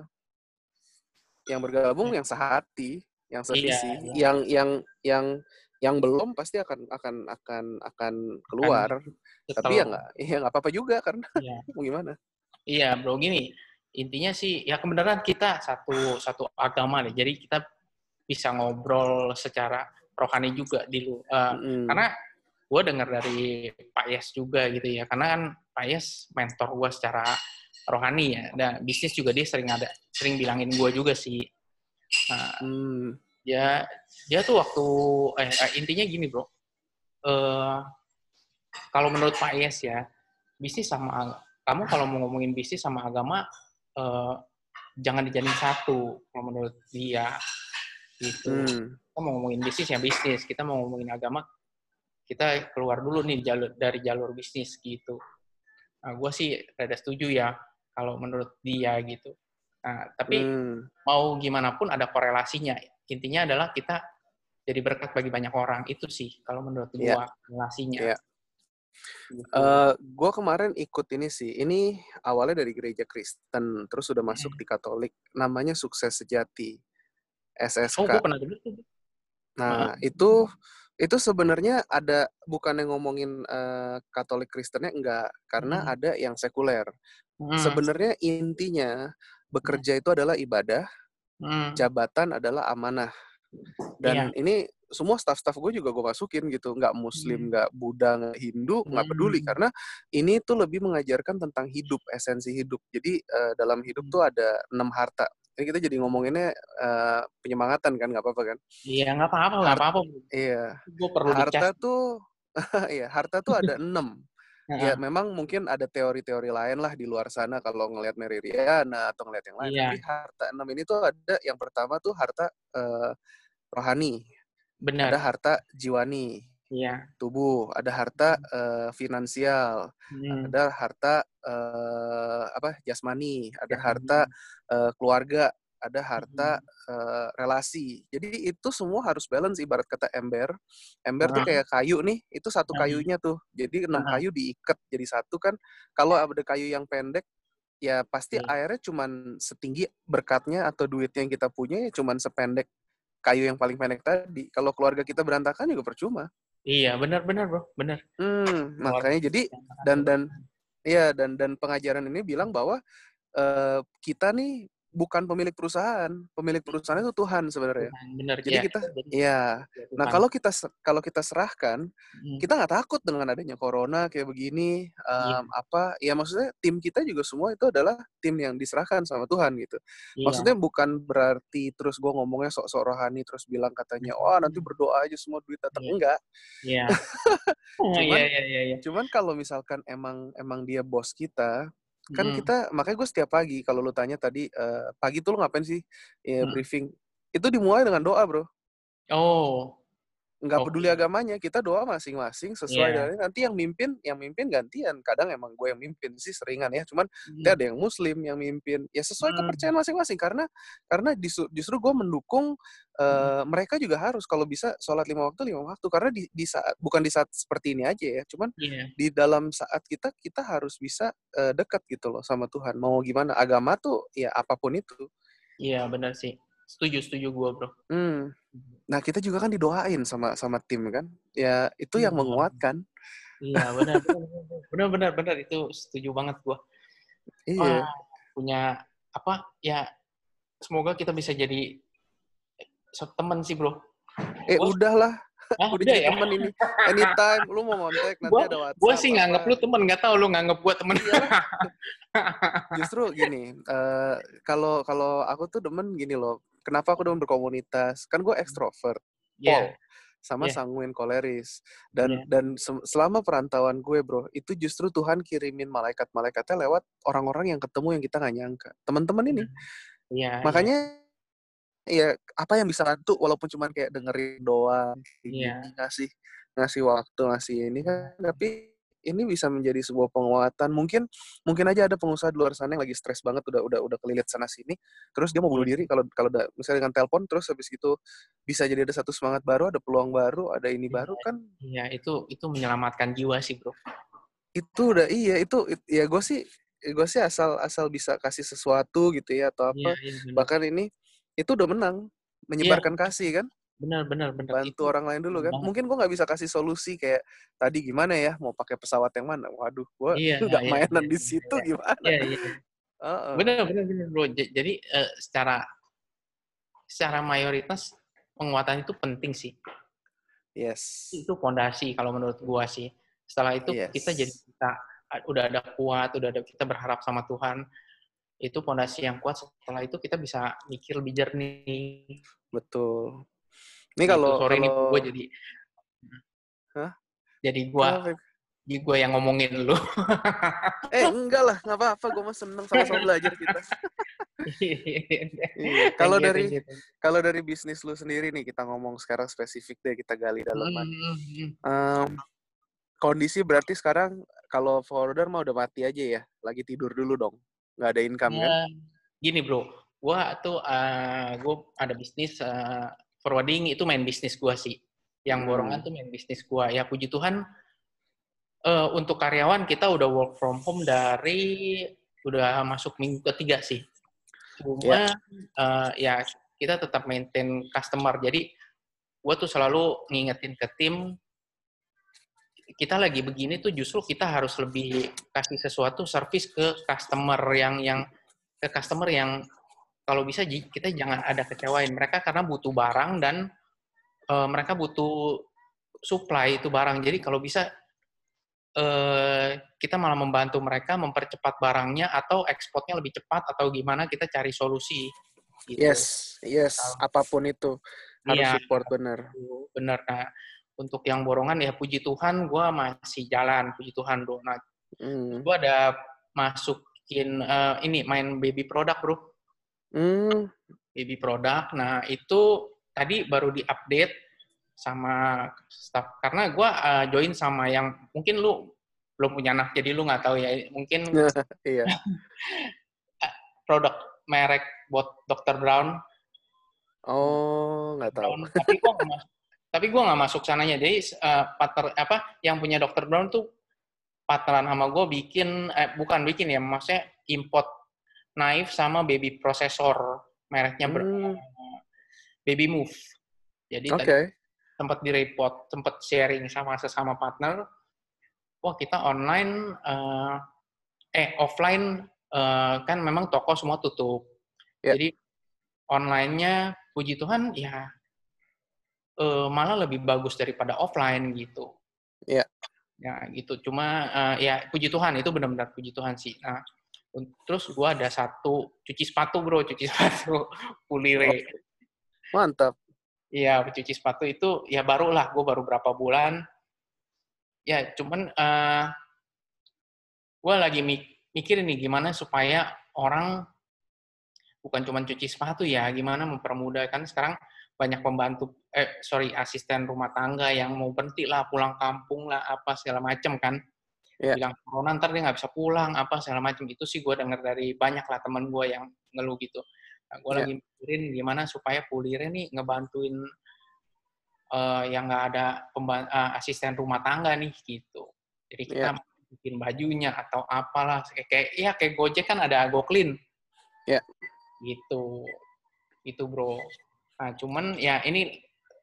yang bergabung ya. yang sehati, yang sevisi, iya, iya. yang yang yang yang belum pasti akan akan akan akan keluar. Akan, tapi ya nggak, ya nggak apa-apa juga karena ya. Mau gimana? Iya bro gini, intinya sih ya kebenaran kita satu satu agama nih, jadi kita bisa ngobrol secara rohani juga di lu, uh, mm. karena gue dengar dari Pak Yes juga gitu ya, karena kan Pak Yes mentor gue secara rohani ya, dan bisnis juga dia sering ada sering bilangin gue juga sih. Nah, mm. dia dia tuh waktu eh, eh intinya gini bro, uh, kalau menurut Pak Yes ya, bisnis sama kamu kalau mau ngomongin bisnis sama agama eh, jangan dijadiin satu kalau menurut dia gitu. Hmm. Kita mau ngomongin bisnis ya bisnis, kita mau ngomongin agama kita keluar dulu nih jalur, dari jalur bisnis gitu. Nah, gue sih rada setuju ya kalau menurut dia gitu. Nah, tapi Hmm. mau gimana pun ada korelasinya. Intinya adalah kita jadi berkat bagi banyak orang. Itu sih kalau menurut gue Ya. relasinya. Ya. Gitu. Uh, gue kemarin ikut ini sih. Ini awalnya dari gereja Kristen, terus sudah masuk Hmm. di Katolik. Namanya Sukses Sejati, S S K. Oh, gue pernah dengar tuh. Nah, itu itu sebenarnya ada bukan yang ngomongin uh, Katolik Kristennya enggak, karena Hmm. ada yang sekuler. Hmm. Sebenarnya intinya bekerja itu adalah ibadah, Hmm. jabatan adalah amanah. Dan Iya. ini semua staff-staff gue juga gue masukin gitu, nggak Muslim, Hmm. nggak Buddha, nggak Hindu, nggak peduli, Hmm. karena ini tuh lebih mengajarkan tentang hidup, esensi hidup. Jadi uh, dalam hidup tuh ada enam harta. Ini kita jadi ngomonginnya uh, penyemangatan kan, nggak apa-apa kan? Iya, nggak apa-apa, nggak Hart, apa-apa. iya, Gue perlu dicas. harta tuh, iya, harta tuh ada enam. Ya Heeh. memang mungkin ada teori-teori lain lah di luar sana kalau ngelihat Mary Riana atau ngelihat yang lain. Iya, Tapi harta enam ini tuh ada yang pertama tuh harta uh, rohani, ada benar. harta jiwani, Iya. tubuh, ada harta uh, finansial, Hmm. ada harta uh, apa jasmani, ada Ya, harta uh, keluarga, ada harta uh, relasi. Jadi itu semua harus balance, ibarat kata ember. Ember tuh kayak kayu nih, itu satu kayunya tuh. Jadi enam kayu diikat jadi satu kan. Kalau ada kayu yang pendek, ya pasti airnya cuman setinggi berkatnya atau duitnya yang kita punya ya cuman sependek kayu yang paling pendek tadi. Kalau keluarga kita berantakan juga percuma. Iya, benar-benar bro, benar. Hmm, makanya jadi dan dan iya dan dan pengajaran ini bilang bahwa uh, kita nih bukan pemilik perusahaan, pemilik perusahaan itu Tuhan sebenarnya. Benar Jadi ya. kita, ya. Nah kalau kita kalau kita serahkan, hmm. kita nggak takut dengan adanya corona kayak begini. Um, iya. Apa? Ya maksudnya tim kita juga semua itu adalah tim yang diserahkan sama Tuhan gitu. Iya. Maksudnya bukan berarti terus gue ngomongnya sok-sok rohani terus bilang katanya, oh nanti berdoa aja semua duit datang, iya. enggak. Iya. cuman, iya, iya, iya. cuman kalau misalkan emang emang dia bos kita. Kan hmm. kita, makanya gue setiap pagi, kalau lu tanya tadi, uh, pagi tuh lu ngapain sih ya, hmm. briefing, itu dimulai dengan doa bro. Oh. Nggak okay. peduli agamanya, kita doa masing-masing sesuai yeah. dengan, nanti yang mimpin, yang mimpin gantian, kadang emang gue yang mimpin sih seringan ya, cuman hmm. nanti ada yang Muslim yang mimpin, ya sesuai hmm. kepercayaan masing-masing, karena karena justru, justru gue mendukung uh, hmm. mereka juga harus kalau bisa sholat lima waktu lima waktu, karena di, di saat bukan di saat seperti ini aja ya, cuman yeah. di dalam saat kita kita harus bisa uh, dekat gitu loh sama Tuhan, mau gimana agama tuh ya apapun itu. Iya yeah, benar sih, setuju setuju gue bro. Hmm. Nah kita juga kan didoain sama sama tim kan, ya itu yang menguatkan. Iya benar, benar benar benar itu setuju banget gue. Iya. Wah, punya apa ya? Semoga kita bisa jadi teman sih bro. Eh gua, udahlah, ah, udah udah jadi ya? temen ini. Anytime lu mau kontak nanti gua, ada WhatsApp. Gue sih nganggep lu temen, nggak tahu lu nganggep gue temen. Justru gini, uh, kalau kalau aku tuh demen gini loh. Kenapa aku demen berkomunitas? Kan gue ekstrovert, Paul, yeah. sama yeah. sanguin koleris. Dan yeah. dan selama perantauan gue bro, itu justru Tuhan kirimin malaikat-malaikatnya lewat orang-orang yang ketemu yang kita nggak nyangka. Teman-teman ini. Yeah, Makanya yeah. ya apa yang bisa bantu walaupun cuma kayak dengerin doang, yeah. ngasih ngasih waktu, ngasih ini kan, tapi ini bisa menjadi sebuah penguatan. Mungkin mungkin aja ada pengusaha di luar sana yang lagi stres banget, udah udah udah kelilit sana sini, terus dia mau bunuh diri kalau kalau udah misalnya dengan telepon, terus habis itu bisa jadi ada satu semangat baru, ada peluang baru, ada ini ya, baru kan. Iya, itu itu menyelamatkan jiwa sih, bro. Itu udah iya, itu ya gue sih gue sih asal asal bisa kasih sesuatu gitu ya atau apa. Ya, ya, bahkan ini itu udah menang, menyebarkan ya. kasih kan. Benar, benar, benar. Bantu itu orang lain dulu kan. Banget. Mungkin gue nggak bisa kasih solusi kayak tadi gimana ya, mau pakai pesawat yang mana. Waduh, gue iya, nggak iya, mainan iya, di situ iya, gimana. Iya, iya. Uh-uh. Benar, benar, benar, bro. Jadi uh, secara secara mayoritas penguatan itu penting sih. Yes. Itu fondasi kalau menurut gue sih. Setelah itu yes. kita jadi kita udah ada kuat, udah ada kita berharap sama Tuhan. Itu fondasi yang kuat. Setelah itu kita bisa mikir lebih jernih. Betul. Ini kalau gitu. Sorry kalau nih gue jadi Hah? jadi gue gue yang ngomongin lu. Eh, enggak lah, nggak apa-apa. Gue mah seneng sama-sama belajar kita. Iya. Thank Kalau you, thank dari you. Thank you. kalau dari bisnis lu sendiri nih, kita ngomong sekarang spesifik deh, kita gali dalaman. Mm-mm. Em, kondisi berarti sekarang kalau forwarder mah udah mati aja ya, lagi tidur dulu dong, nggak ada income kan? Ya, gini bro, gua tuh uh, gua ada bisnis uh, forwarding itu main bisnis gua sih. Yang borongan Hmm. tuh main bisnis gua. Ya puji Tuhan uh, untuk karyawan kita udah work from home dari udah masuk minggu ketiga sih. Cuma Ya. uh, ya kita tetap maintain customer. Jadi gua tuh selalu ngingetin ke tim kita lagi begini tuh justru kita harus lebih kasih sesuatu service ke customer yang yang ke customer yang kalau bisa kita jangan ada kecewain mereka karena butuh barang dan uh, mereka butuh supply itu barang. Jadi kalau bisa uh, kita malah membantu mereka mempercepat barangnya atau ekspornya lebih cepat atau gimana kita cari solusi gitu. Yes, yes, apapun itu harus Iya, support bener. bener. Nah, untuk yang borongan ya puji Tuhan gue masih jalan, puji Tuhan bro. Nah, Hmm. gue ada masukin uh, ini main baby product bro. Hmm. Baby product. Nah, itu tadi baru di-update sama staff. Karena gue uh, join sama yang, mungkin lu belum punya anak, jadi lu nggak tahu ya. Mungkin Iya. produk merek buat dokter Brown. Oh, nggak tahu. Brown. Tapi gue nggak masuk. Tapi gue nggak masuk sananya. Jadi uh, partner apa yang punya dokter Brown tuh partneran sama gue bikin, eh, bukan bikin ya, maksudnya import knife sama baby processor mereknya Hmm. Baby Move. Jadi Oke. tadi Okay. sempat di-report, sempat sharing sama sesama partner. Wah kita online, uh, eh offline uh, kan memang toko semua tutup. Yeah. Jadi online-nya puji Tuhan ya uh, malah lebih bagus daripada offline gitu. Iya. Yeah. Ya gitu. Cuma uh, ya puji Tuhan itu benar-benar puji Tuhan sih. Nah terus gue ada satu cuci sepatu bro, cuci sepatu Pulire. Oh, mantap. Iya, cuci sepatu itu ya baru lah, gue baru berapa bulan. Ya, cuman uh, gue lagi mikir nih gimana supaya orang bukan cuma cuci sepatu ya, gimana mempermudah kan sekarang banyak pembantu, eh sorry asisten rumah tangga yang mau berhenti lah, pulang kampung lah, apa segala macem kan. Yeah. Bilang corona ntar dia nggak bisa pulang, apa segala macem. Itu sih gue denger dari banyak lah temen gue yang ngeluh gitu. Nah, gue yeah. lagi mikirin gimana supaya Pulire nih ngebantuin Uh, yang nggak ada pemban- uh, asisten rumah tangga nih gitu. Jadi kita yeah. bikin bajunya atau apalah kayak ya kayak Gojek kan ada GoClean. Ya. Yeah. Gitu. Itu bro. Nah, cuman ya ini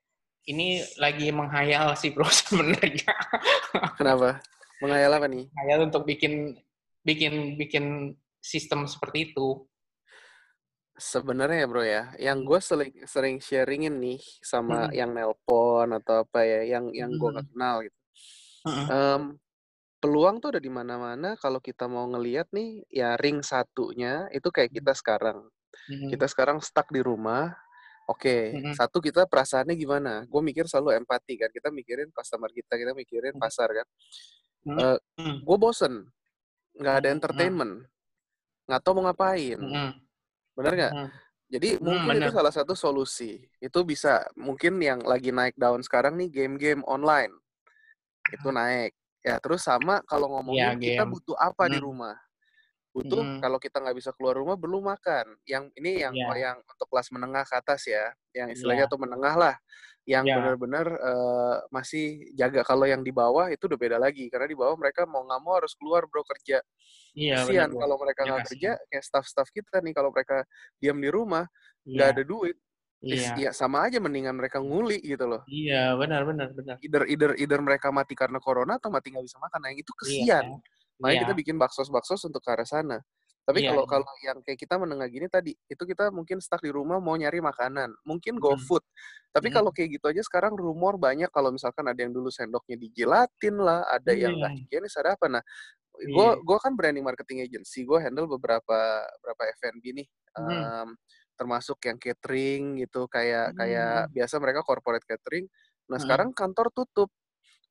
ini lagi menghayal sih bro sebenarnya. Kenapa? Menghayal apa nih? Menghayal untuk bikin bikin bikin sistem seperti itu. Sebenarnya ya bro ya, yang gue sering sering sharingin nih sama hmm. yang nelpon atau apa ya, yang yang gue gak kenal gitu. Hmm. Um, peluang tuh ada di mana-mana. Kalau kita mau ngelihat nih, ya ring satunya itu kayak kita sekarang. Hmm. Kita sekarang stuck di rumah. Oke, okay, hmm. satu kita perasaannya gimana? Gue mikir selalu empati kan. Kita mikirin customer kita, kita mikirin pasar kan. Hmm. Uh, gue bosen, nggak ada entertainment, nggak tahu mau ngapain. Hmm. Benar nggak? Hmm. Jadi hmm, mungkin bener. Itu salah satu solusi. Itu bisa, mungkin yang lagi naik daun sekarang nih game-game online. Itu naik. Ya terus sama kalau ngomongin ya, kita butuh apa hmm. di rumah. Butuh hmm. kalau kita nggak bisa keluar rumah belum makan. Yang ini yang yeah. yang untuk kelas menengah ke atas ya. Yang istilahnya yeah. tuh menengah lah. Yang yeah. benar-benar uh, masih jaga. Kalau yang di bawah itu udah beda lagi. Karena di bawah mereka mau nggak mau harus keluar bro kerja. Iya, kasian kalau mereka nggak ya, kerja, kayak staff-staff kita nih, kalau mereka diam di rumah, nggak iya. ada duit, iya. ya sama aja mendingan mereka nguli gitu loh. Iya, benar, benar, benar. Either, either, either mereka mati karena corona atau mati nggak bisa makan, nah yang itu kesian. Iya. Makanya iya. kita bikin baksos-baksos untuk ke arah sana. Tapi iya, kalau iya. kalau yang kayak kita menengah gini tadi, itu kita mungkin stuck di rumah mau nyari makanan, mungkin go food. Hmm. Tapi hmm. kalau kayak gitu aja sekarang rumor banyak kalau misalkan ada yang dulu sendoknya dijilatin lah, ada iya. yang nggak higienis, ada apa, nah gue yeah. gue kan branding marketing agency, gue handle beberapa beberapa F and B nih, um, hmm. termasuk yang catering gitu, kayak hmm. kayak biasa mereka corporate catering. Nah hmm. sekarang kantor tutup,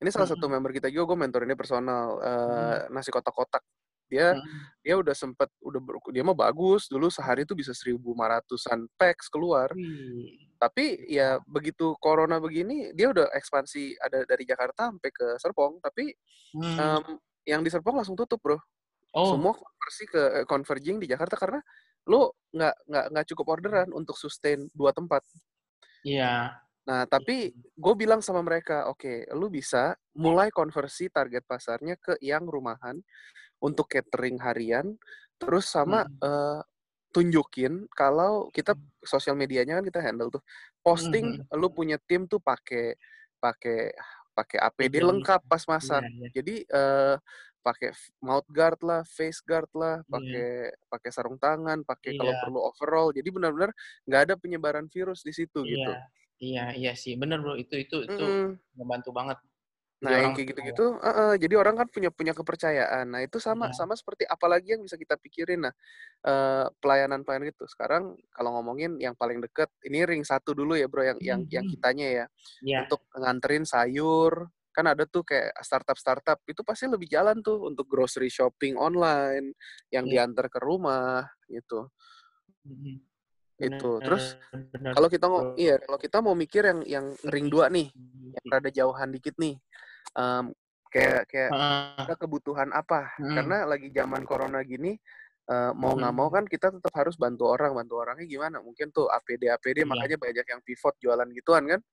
Ini salah satu Mm-mm. member kita juga, gue mentorin dia personal, Mm-mm. uh, nasi kotak-kotak. Dia Mm-mm. dia udah sempet, udah ber, dia mah bagus, dulu sehari tuh bisa seribu lima ratusan packs keluar. Wih. Tapi ya begitu corona begini, dia udah ekspansi ada dari Jakarta sampai ke Serpong. Tapi Hmm. um, yang di Serpong langsung tutup bro. Oh, Semua konversi ke eh, converging di Jakarta karena lo nggak nggak nggak cukup orderan untuk sustain dua tempat. iya. Nah, tapi gue bilang sama mereka, oke, okay, lu bisa mulai konversi target pasarnya ke yang rumahan untuk catering harian, terus sama Mm-mm. uh, tunjukin kalau kita sosial medianya kan kita handle tuh, posting Mm-mm. lu punya tim tuh pakai pakai pakai A P D Agent. lengkap pas Iya, masak. iya. Jadi uh, pakai mouth guard lah, face guard lah, Iya. pakai pakai sarung tangan, pakai kalau Iya. perlu overall. Jadi benar-benar nggak ada penyebaran virus di situ Iya. gitu. Iya, iya sih. Bener, Bro. Itu itu itu Mm-mm. membantu banget. Jadi Nah, yang orang kayak percaya. gitu-gitu, uh, uh, jadi orang kan punya punya kepercayaan. Nah, itu sama Iya. sama seperti apalagi yang bisa kita pikirin. Nah, uh, pelayanan-pelayanan itu. Sekarang kalau ngomongin yang paling deket, ini ring satu dulu ya, bro, yang yang yang Mm-mm. kitanya ya, Iya. untuk nganterin sayur. Kan ada tuh kayak startup-startup itu pasti lebih jalan tuh untuk grocery shopping online yang Iya. diantar ke rumah gitu. Mm-mm. Itu. Terus Bener, bener, kalau kita mau, Bro. iya, kalau kita mau mikir yang yang ring Ini dua nih, yang sih. rada jauhan dikit nih, um, kayak kayak Heeh. ada kebutuhan apa? Mm-mm. Karena lagi zaman corona gini, uh, mau nggak mau Mm-mm. kan kita tetap harus bantu orang. Bantu orangnya gimana? Mungkin tuh A P D A P D, Iya. makanya banyak yang pivot jualan gituan kan.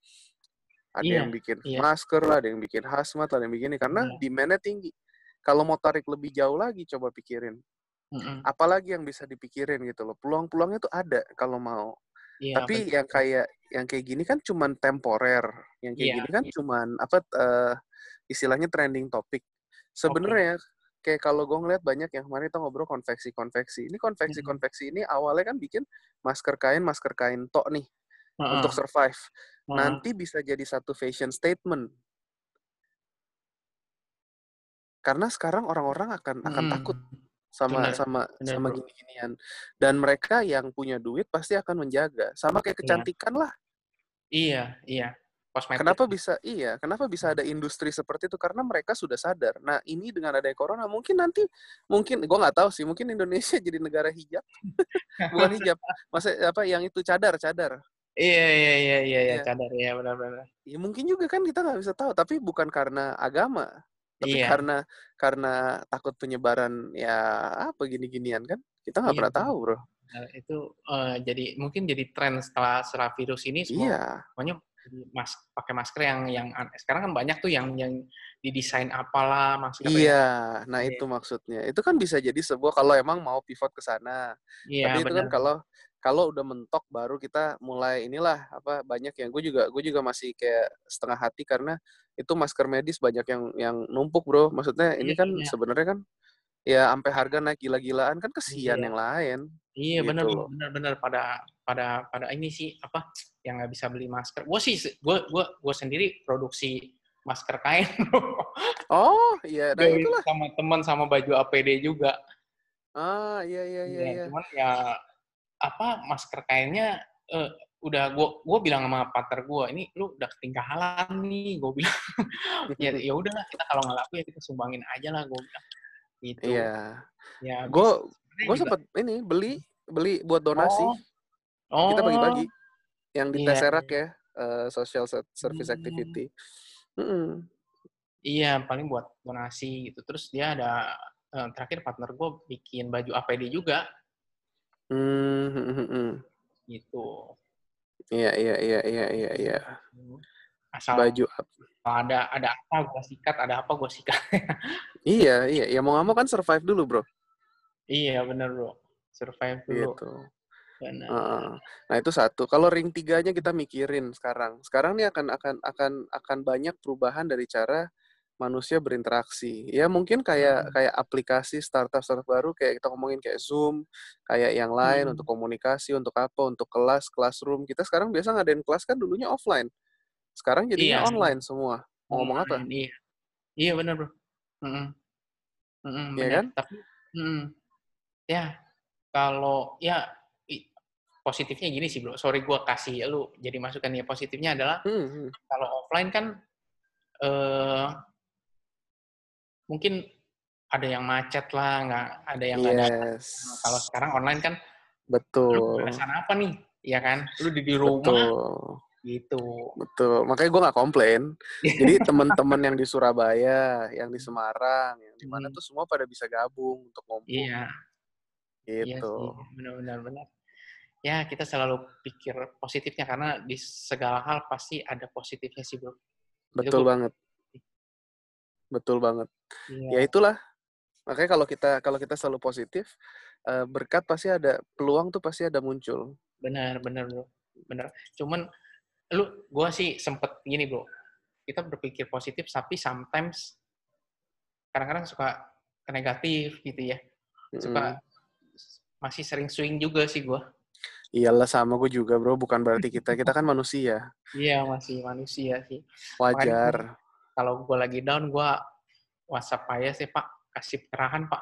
Ada Iya. yang bikin Iya. masker lah, ada yang bikin hazmat, ada yang bikin ini. Karena Iya. demand-nya tinggi. Kalau mau tarik lebih jauh lagi, coba pikirin. Mm-mm. Apalagi yang bisa dipikirin gitu loh. Peluang-peluangnya tuh ada kalau mau. Iya, Tapi bener. yang kayak yang kayak gini kan cuman temporer. Yang kayak Iya. gini kan cuman apa uh, istilahnya trending topik. Oke. Sebenarnya kayak kalau gue ngeliat banyak yang kemarin kita ngobrol konveksi-konveksi. Ini Mm-mm. konveksi-konveksi ini awalnya kan bikin masker kain, masker kain tok nih untuk Heeh. survive. Heeh. Nanti bisa jadi satu fashion statement. Karena sekarang orang-orang akan akan takut Mm-mm. sama Bener. sama Bener, sama Bro. gini-ginian. Dan mereka yang punya duit pasti akan menjaga. Sama kayak Iya. kecantikan lah. Iya, iya. Kosmetik. Kenapa bisa iya, kenapa bisa ada industri seperti itu? Karena mereka sudah sadar. Nah, ini dengan adanya corona, mungkin nanti, mungkin, gue nggak tahu sih, mungkin Indonesia jadi negara hijab. Bukan hijab, masa apa yang itu cadar, cadar. Iya, iya, iya, iya, iya, Iya. cadar ya, benar-benar. Ya mungkin juga kan kita nggak bisa tahu, tapi bukan karena agama, tapi Iya, karena karena takut penyebaran ya apa gini-ginian kan? Kita nggak iya, pernah tahu, benar. bro. Nah, itu eh, jadi mungkin jadi tren setelah setelah virus ini Iya, semuanya jadi mas pakai masker yang yang an- sekarang kan banyak tuh yang yang didesain apalah masker iya. yang Nah iya, itu maksudnya. Itu kan bisa jadi sebuah kalau emang mau pivot ke sana. iya, Tapi itu kan benar. kalau kalau udah mentok baru kita mulai inilah apa banyak yang gue juga gue juga masih kayak setengah hati karena itu masker medis banyak yang yang numpuk bro. Maksudnya ini Iya, kan iya, sebenarnya kan ya sampai harga naik gila-gilaan kan kesian iya. yang lain Iya, benar, gitu loh. benar, benar pada pada pada ini sih apa yang nggak bisa beli masker. Gue sih gue gue gue sendiri produksi masker kain. Oh iya, nah Dari itulah. sama teman sama baju A P D juga. Ah iya iya iya Iya, iya. cuman ya apa masker kainnya eh, udah gue gue bilang sama partner gue ini lu udah ketinggalan nih gue bilang ya ya udahlah kita kalau nggak laku ya kita sumbangin aja lah gue bilang gitu Iya. ya Gue bisa sebenarnya gue juga sempet ini beli beli buat donasi. oh Kita oh bagi-bagi yang di iya Tesseract ya, uh, social service hmm, activity. Mm-mm. iya paling buat donasi gitu terus dia ada eh, terakhir partner gue bikin baju A P D juga Hmm, hmm, hmm, hmm. gitu Iya iya iya iya iya iya. asal Baju up. ada ada apa gue sikat ada apa gue sikat Iya iya. Ya mau nggak mau kan survive dulu bro. iya bener bro survive dulu Gitu. benar Uh, nah itu satu. Kalau ring tiganya kita mikirin sekarang. Sekarang nih akan akan akan akan banyak perubahan dari cara manusia berinteraksi. Ya mungkin kayak hmm. kayak aplikasi startup startup baru kayak kita ngomongin kayak Zoom, kayak yang lain untuk Hmm. komunikasi, untuk apa, untuk kelas, classroom. Kita sekarang biasa ngadain kelas kan dulunya offline. Sekarang jadinya Iya, online semua. Mau ngomong apa? online. Iya, iya benar bro. Mm-mm. Mm-mm, Iya benar. kan? Tapi, mm, ya kalau ya i- positifnya gini sih bro. Sorry gue kasih lu jadi masukan ya. Positifnya adalah Hmm, hmm. kalau offline kan uh, mungkin ada yang macet lah, nggak ada yang nggak datang. Yes. Nah, kalau sekarang online kan, Betul. lu pembahasan apa nih, ya kan? Lu di, di rumah, Betul. gitu. Betul. Makanya gue nggak komplain. Jadi teman-teman yang di Surabaya, yang di Semarang, yang di mana Hmm. tuh semua pada bisa gabung untuk ngumpul. Iya. Gitu. Iya sih, benar-benar benar. Ya, kita selalu pikir positifnya karena di segala hal pasti ada positifnya sih, bro. Betul Itu banget. Betul banget. Iya. Ya itulah. Makanya kalau kita kalau kita selalu positif, berkat pasti ada, peluang tuh pasti ada muncul. Benar, benar, bro. Benar. Cuman lu gua sih sempet gini, bro. Kita berpikir positif tapi sometimes kadang-kadang suka ke negatif gitu ya. Suka Mm. masih sering swing juga sih gua. Iyalah, sama gue juga, bro. Bukan berarti kita kita kan manusia. Iya, masih manusia sih. Wajar. Makanya, kalau gue lagi down, gue WhatsApp aja sih, Pak. Kasih pencerahan, Pak.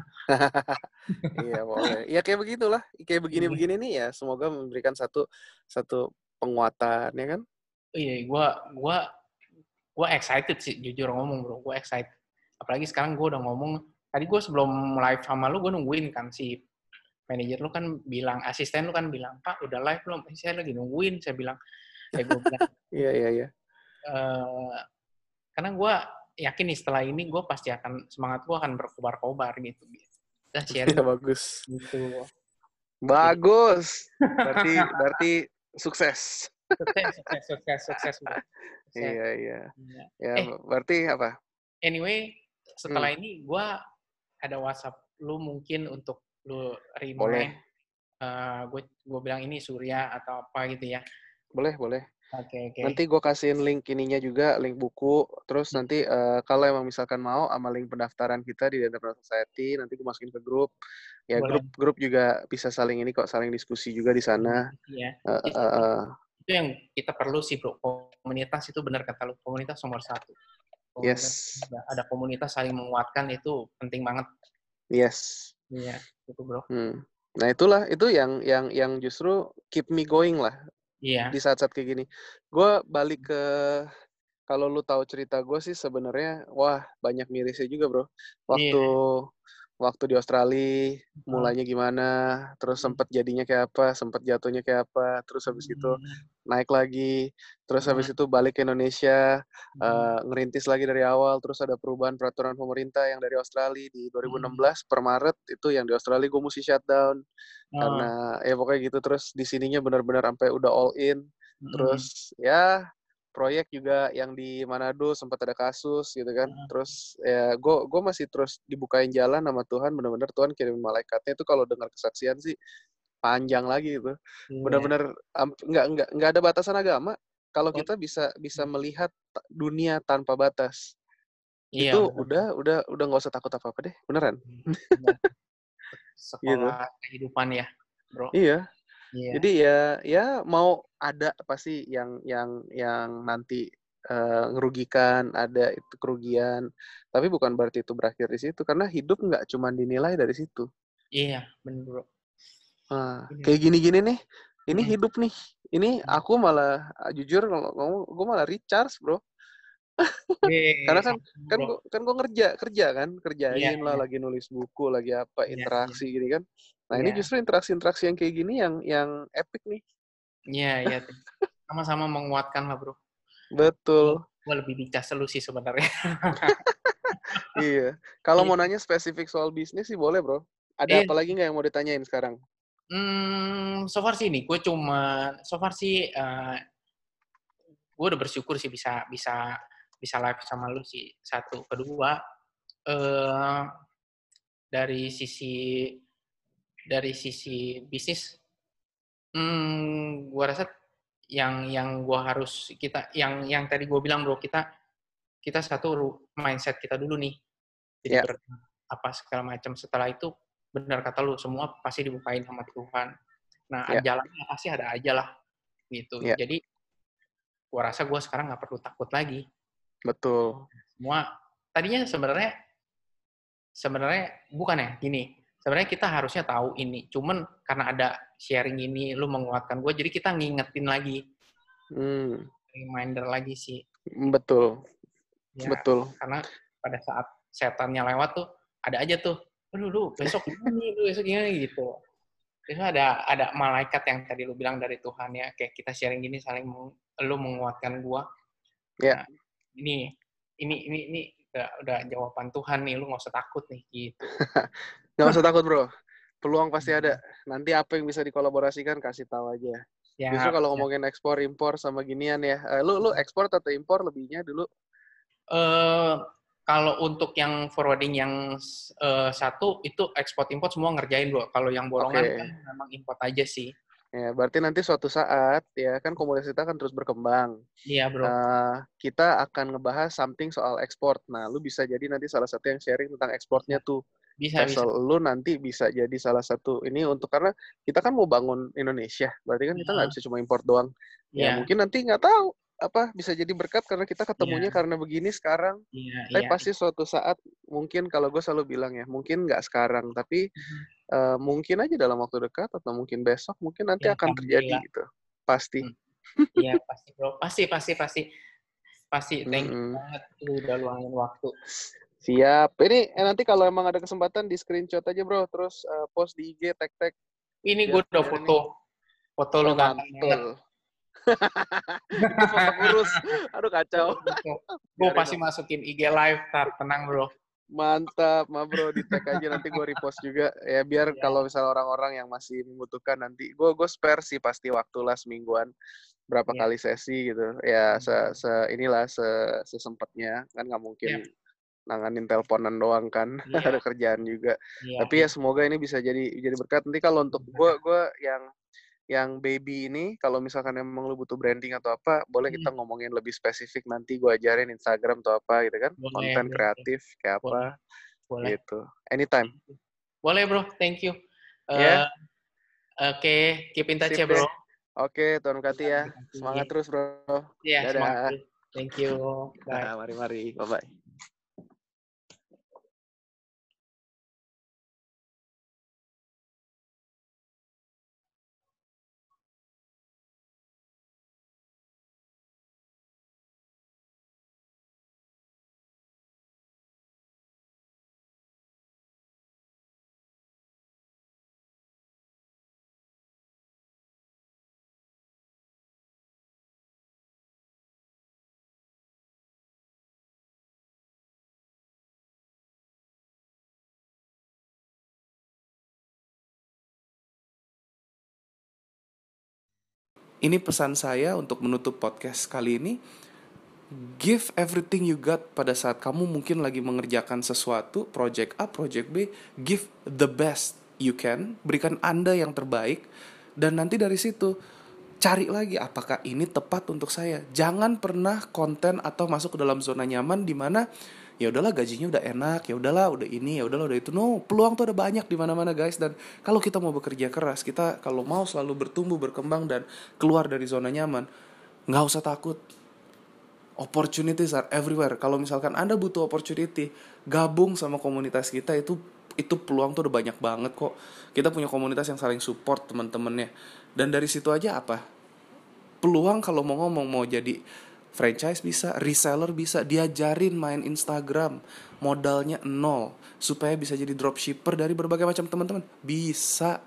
Iya, boleh. Ya kayak begitulah. Kayak begini-begini nih ya, semoga memberikan satu satu penguatan, ya kan? Iya, gue gue gue excited sih, jujur ngomong, bro. Gue excited. Apalagi sekarang gue udah ngomong, tadi gue sebelum live sama lu, gue nungguin kan si manajer lu kan bilang, asisten lu kan bilang, Pak, udah live belum? Saya lagi nungguin, saya bilang. Ya gue bilang, Iya, iya, iya. Uh, karena gue yakin nih setelah ini gue pasti akan, semangat gue akan berkobar-kobar gitu. Dan sharing. Ya, bagus. Gitu. Bagus. Berarti berarti sukses. Sukses, sukses, sukses, sukses. sukses. Iya, iya. Ya, ya eh, berarti apa? Anyway, setelah hmm. ini gue ada WhatsApp lu mungkin untuk lu remind. Boleh. Uh, gue gue bilang ini Surya atau apa gitu ya. Boleh, boleh. Oke, okay, oke. Okay. Nanti gue kasihin link ininya juga, link buku. Terus hmm. nanti uh, kalau emang misalkan mau sama link pendaftaran kita di Entrepreneur Society, nanti gue masukin ke grup. Ya, grup-grup juga bisa saling ini kok, saling diskusi juga di sana. Iya. Uh, itu, uh, uh. itu yang kita perlu sih, bro. Komunitas itu benar kata lu. Komunitas nomor satu. Komunitas, yes. Ada, ada komunitas saling menguatkan itu penting banget. Yes. Iya, itu bro. Hmm. Nah itulah, itu yang yang yang justru keep me going lah. Iya. Di saat-saat kayak gini. Gue balik ke, kalau lu tahu cerita gue sih sebenarnya, wah banyak mirisnya juga, bro. Waktu iya. waktu di Australia, mulainya gimana, terus sempat jadinya kayak apa, sempat jatuhnya kayak apa, terus habis itu naik lagi, terus habis itu balik ke Indonesia, uh, ngerintis lagi dari awal, terus ada perubahan peraturan pemerintah yang dari Australia di dua ribu enam belas per Maret, itu yang di Australia gue mesti shutdown. Oh. Karena ya pokoknya gitu, terus di sininya benar-benar sampai udah all in, terus mm. ya proyek juga yang di Manado sempat ada kasus gitu kan, mm. terus ya gue gue masih terus dibukain jalan sama Tuhan, benar-benar Tuhan kirim malaikatnya itu kalau dengar kesaksian sih panjang lagi gitu, yeah. benar-benar um, nggak nggak nggak ada batasan agama kalau kita bisa bisa melihat dunia tanpa batas. Yeah, itu bener. udah udah udah nggak usah takut apa apa deh, beneran. Sekolah gitu. Kehidupan ya, bro. Iya. Yeah. Jadi ya ya mau ada pasti yang yang yang nanti uh, ngerugikan, ada itu kerugian. Tapi bukan berarti itu berakhir di situ, karena hidup nggak cuma dinilai dari situ. Iya, benar, bro. Nah, iya. Kayak gini-gini nih, ini hmm. hidup nih. Ini aku malah jujur kalau ngomong, gue malah recharge, bro. Yeay, karena kan kan gue kan gue ngerja kerja kan kerjain yeah, lah yeah. lagi nulis buku, lagi apa, yeah, interaksi yeah. gini kan. Nah yeah. ini justru interaksi-interaksi yang kayak gini yang yang epic nih. Iya yeah, iya yeah. Sama-sama menguatkan lah, bro. Betul. Gue lebih dicas lu sih sebenarnya. Iya. Kalau mau nanya spesifik soal bisnis sih boleh, bro. Ada eh, apa lagi nggak yang mau ditanyain sekarang? Hmm, so far sih nih, gue cuma so far sih uh, gue udah bersyukur sih bisa bisa bisa live sama lu sih, satu. Kedua, uh, dari sisi dari sisi bisnis, hmm, gue rasa yang yang gue harus kita yang yang tadi gue bilang, bro, kita kita satu mindset kita dulu nih, jadi yeah. ber, apa segala macam. Setelah itu benar kata lu, semua pasti dibukain sama Tuhan. Nah yeah. jalannya pasti ada aja lah gitu. Yeah. Jadi gue rasa gue sekarang nggak perlu takut lagi. Betul. Semua tadinya sebenarnya sebenarnya bukan ya gini. Sebenarnya kita harusnya tahu ini. Cuman karena ada sharing ini, lu menguatkan gue, jadi kita ngingetin lagi. Hmm. Reminder lagi sih. Betul. Ya, Betul. karena pada saat setannya lewat tuh ada aja tuh, aduh lu besok gimana nih, lu besok gimana gitu. Terus ada ada malaikat yang tadi lu bilang dari Tuhan ya, kayak kita sharing gini saling meng, lu menguatkan gua. Ya. Nah, ini ini ini ini udah, udah jawaban Tuhan nih, lu nggak usah takut nih gitu. Nggak usah takut bro, peluang pasti ada. Nanti apa yang bisa dikolaborasikan kasih tahu aja. Ya, Justru kalau ya. ngomongin ekspor impor sama ginian ya, uh, lu lu ekspor atau impor lebihnya dulu? Uh, kalau untuk yang forwarding yang uh, satu itu ekspor import semua ngerjain bro. Kalau yang bolongan Okay. kan memang import aja sih. Ya, berarti nanti suatu saat ya kan komunitas kita akan terus berkembang. Iya bro. Uh, kita akan ngebahas something soal ekspor. Nah, lu bisa jadi nanti salah satu yang sharing tentang ekspornya tuh. Bisa, Vessel bisa. lu nanti bisa jadi salah satu ini untuk karena kita kan mau bangun Indonesia, berarti kan kita nggak Ya. bisa cuma import doang. Ya, Ya. mungkin nanti nggak tahu apa bisa jadi berkat karena kita ketemunya Ya. karena begini sekarang. Ya, Tapi ya. pasti suatu saat mungkin kalau gue selalu bilang ya, mungkin nggak sekarang, tapi mm-hmm. uh, mungkin aja dalam waktu dekat atau mungkin besok, mungkin nanti ya, akan terjadi gitu. Pasti. Iya, pasti bro. Pasti, pasti, pasti. Pasti, thank you mm-hmm. banget. Lu udah luangin waktu. Siap. Ini eh, nanti kalau emang ada kesempatan di screenshot aja bro, terus uh, post di I G, tag-tag. Ini gue udah foto. Ini. Foto lu ganteng banget. Itu foto kurus. Aduh kacau. Gue pasti masukin I G live, tar. Tenang bro. Mantap, ma bro, di tag aja nanti gue repost juga ya biar ya. Kalau misalnya orang-orang yang masih membutuhkan nanti gue gue spare sih pasti waktu lah semingguan berapa ya. Kali sesi gitu ya se, se inilah se sesempatnya kan nggak mungkin ya. Nanganin teleponan doang kan ya. Ada kerjaan juga ya. Tapi ya semoga ini bisa jadi jadi berkat nanti kalau untuk gue gue yang yang baby ini kalau misalkan emang lu butuh branding atau apa boleh kita ngomongin lebih spesifik nanti gue ajarin Instagram atau apa gitu kan boleh, konten boleh. Kreatif kayak apa boleh. Gitu anytime boleh bro thank you uh, ya yeah. Oke okay. Keep in touch Sip ya bro. Oke okay, Tuhan berkati ya semangat yeah. Terus bro ya yeah, semangat thank you bye. Mari mari bye bye. Ini pesan saya untuk menutup podcast kali ini. Give everything you got pada saat kamu mungkin lagi mengerjakan sesuatu, project A, project B. Give the best you can. Berikan Anda yang terbaik. Dan nanti dari situ, cari lagi apakah ini tepat untuk saya. Jangan pernah konten atau masuk ke dalam zona nyaman di mana ya udahlah gajinya udah enak, ya udahlah udah ini, ya udahlah udah itu. No, peluang tuh ada banyak di mana-mana guys. Dan kalau kita mau bekerja keras, kita kalau mau selalu bertumbuh, berkembang dan keluar dari zona nyaman, nggak usah takut. Opportunities are everywhere. Kalau misalkan Anda butuh opportunity, gabung sama komunitas kita itu itu peluang tuh udah banyak banget kok. Kita punya komunitas yang saling support teman-temannya. Dan dari situ aja apa? Peluang kalau mau ngomong mau jadi franchise bisa, reseller bisa, diajarin main Instagram, modalnya nol, supaya bisa jadi dropshipper dari berbagai macam teman-teman. Bisa.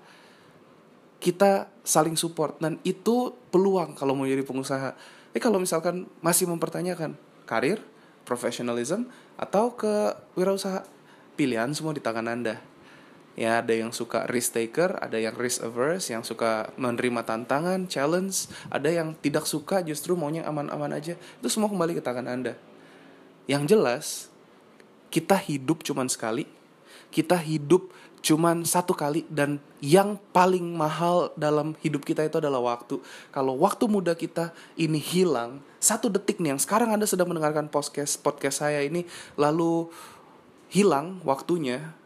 Kita saling support, dan itu peluang kalau mau jadi pengusaha. Eh kalau misalkan masih mempertanyakan karir, professionalism, atau ke wirausaha, pilihan semua di tangan Anda. Ya, ada yang suka risk taker, ada yang risk averse, yang suka menerima tantangan, challenge, ada yang tidak suka justru maunya aman-aman aja. Itu semua kembali ke tangan Anda. Yang jelas, kita hidup cuman sekali, kita hidup cuman satu kali, dan yang paling mahal dalam hidup kita itu adalah waktu. Kalau waktu muda kita ini hilang, satu detik nih, yang sekarang Anda sedang mendengarkan podcast podcast saya ini, lalu hilang waktunya,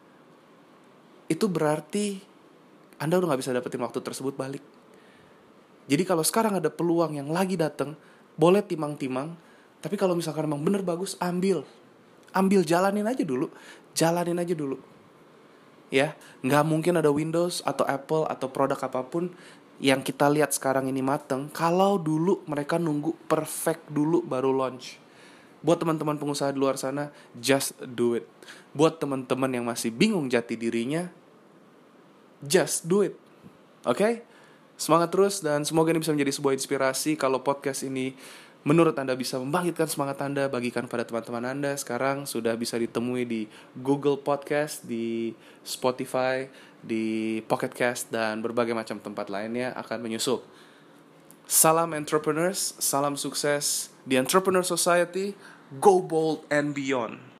itu berarti Anda udah gak bisa dapetin waktu tersebut balik. Jadi kalau sekarang ada peluang yang lagi datang, boleh timang-timang. Tapi kalau misalkan emang bener bagus, ambil. Ambil, jalanin aja dulu. Jalanin aja dulu. Ya, gak mungkin ada Windows atau Apple atau produk apapun yang kita lihat sekarang ini mateng kalau dulu mereka nunggu perfect dulu baru launch. Buat teman-teman pengusaha di luar sana, just do it. Buat teman-teman yang masih bingung jati dirinya, just do it. Oke? Okay? Semangat terus, dan semoga ini bisa menjadi sebuah inspirasi. Kalau podcast ini menurut Anda bisa membangkitkan semangat Anda, bagikan pada teman-teman Anda. Sekarang sudah bisa ditemui di Google Podcast, di Spotify, di Pocket Cast, dan berbagai macam tempat lainnya akan menyusul. Salam entrepreneurs, salam sukses di Entrepreneur Society, go bold and beyond.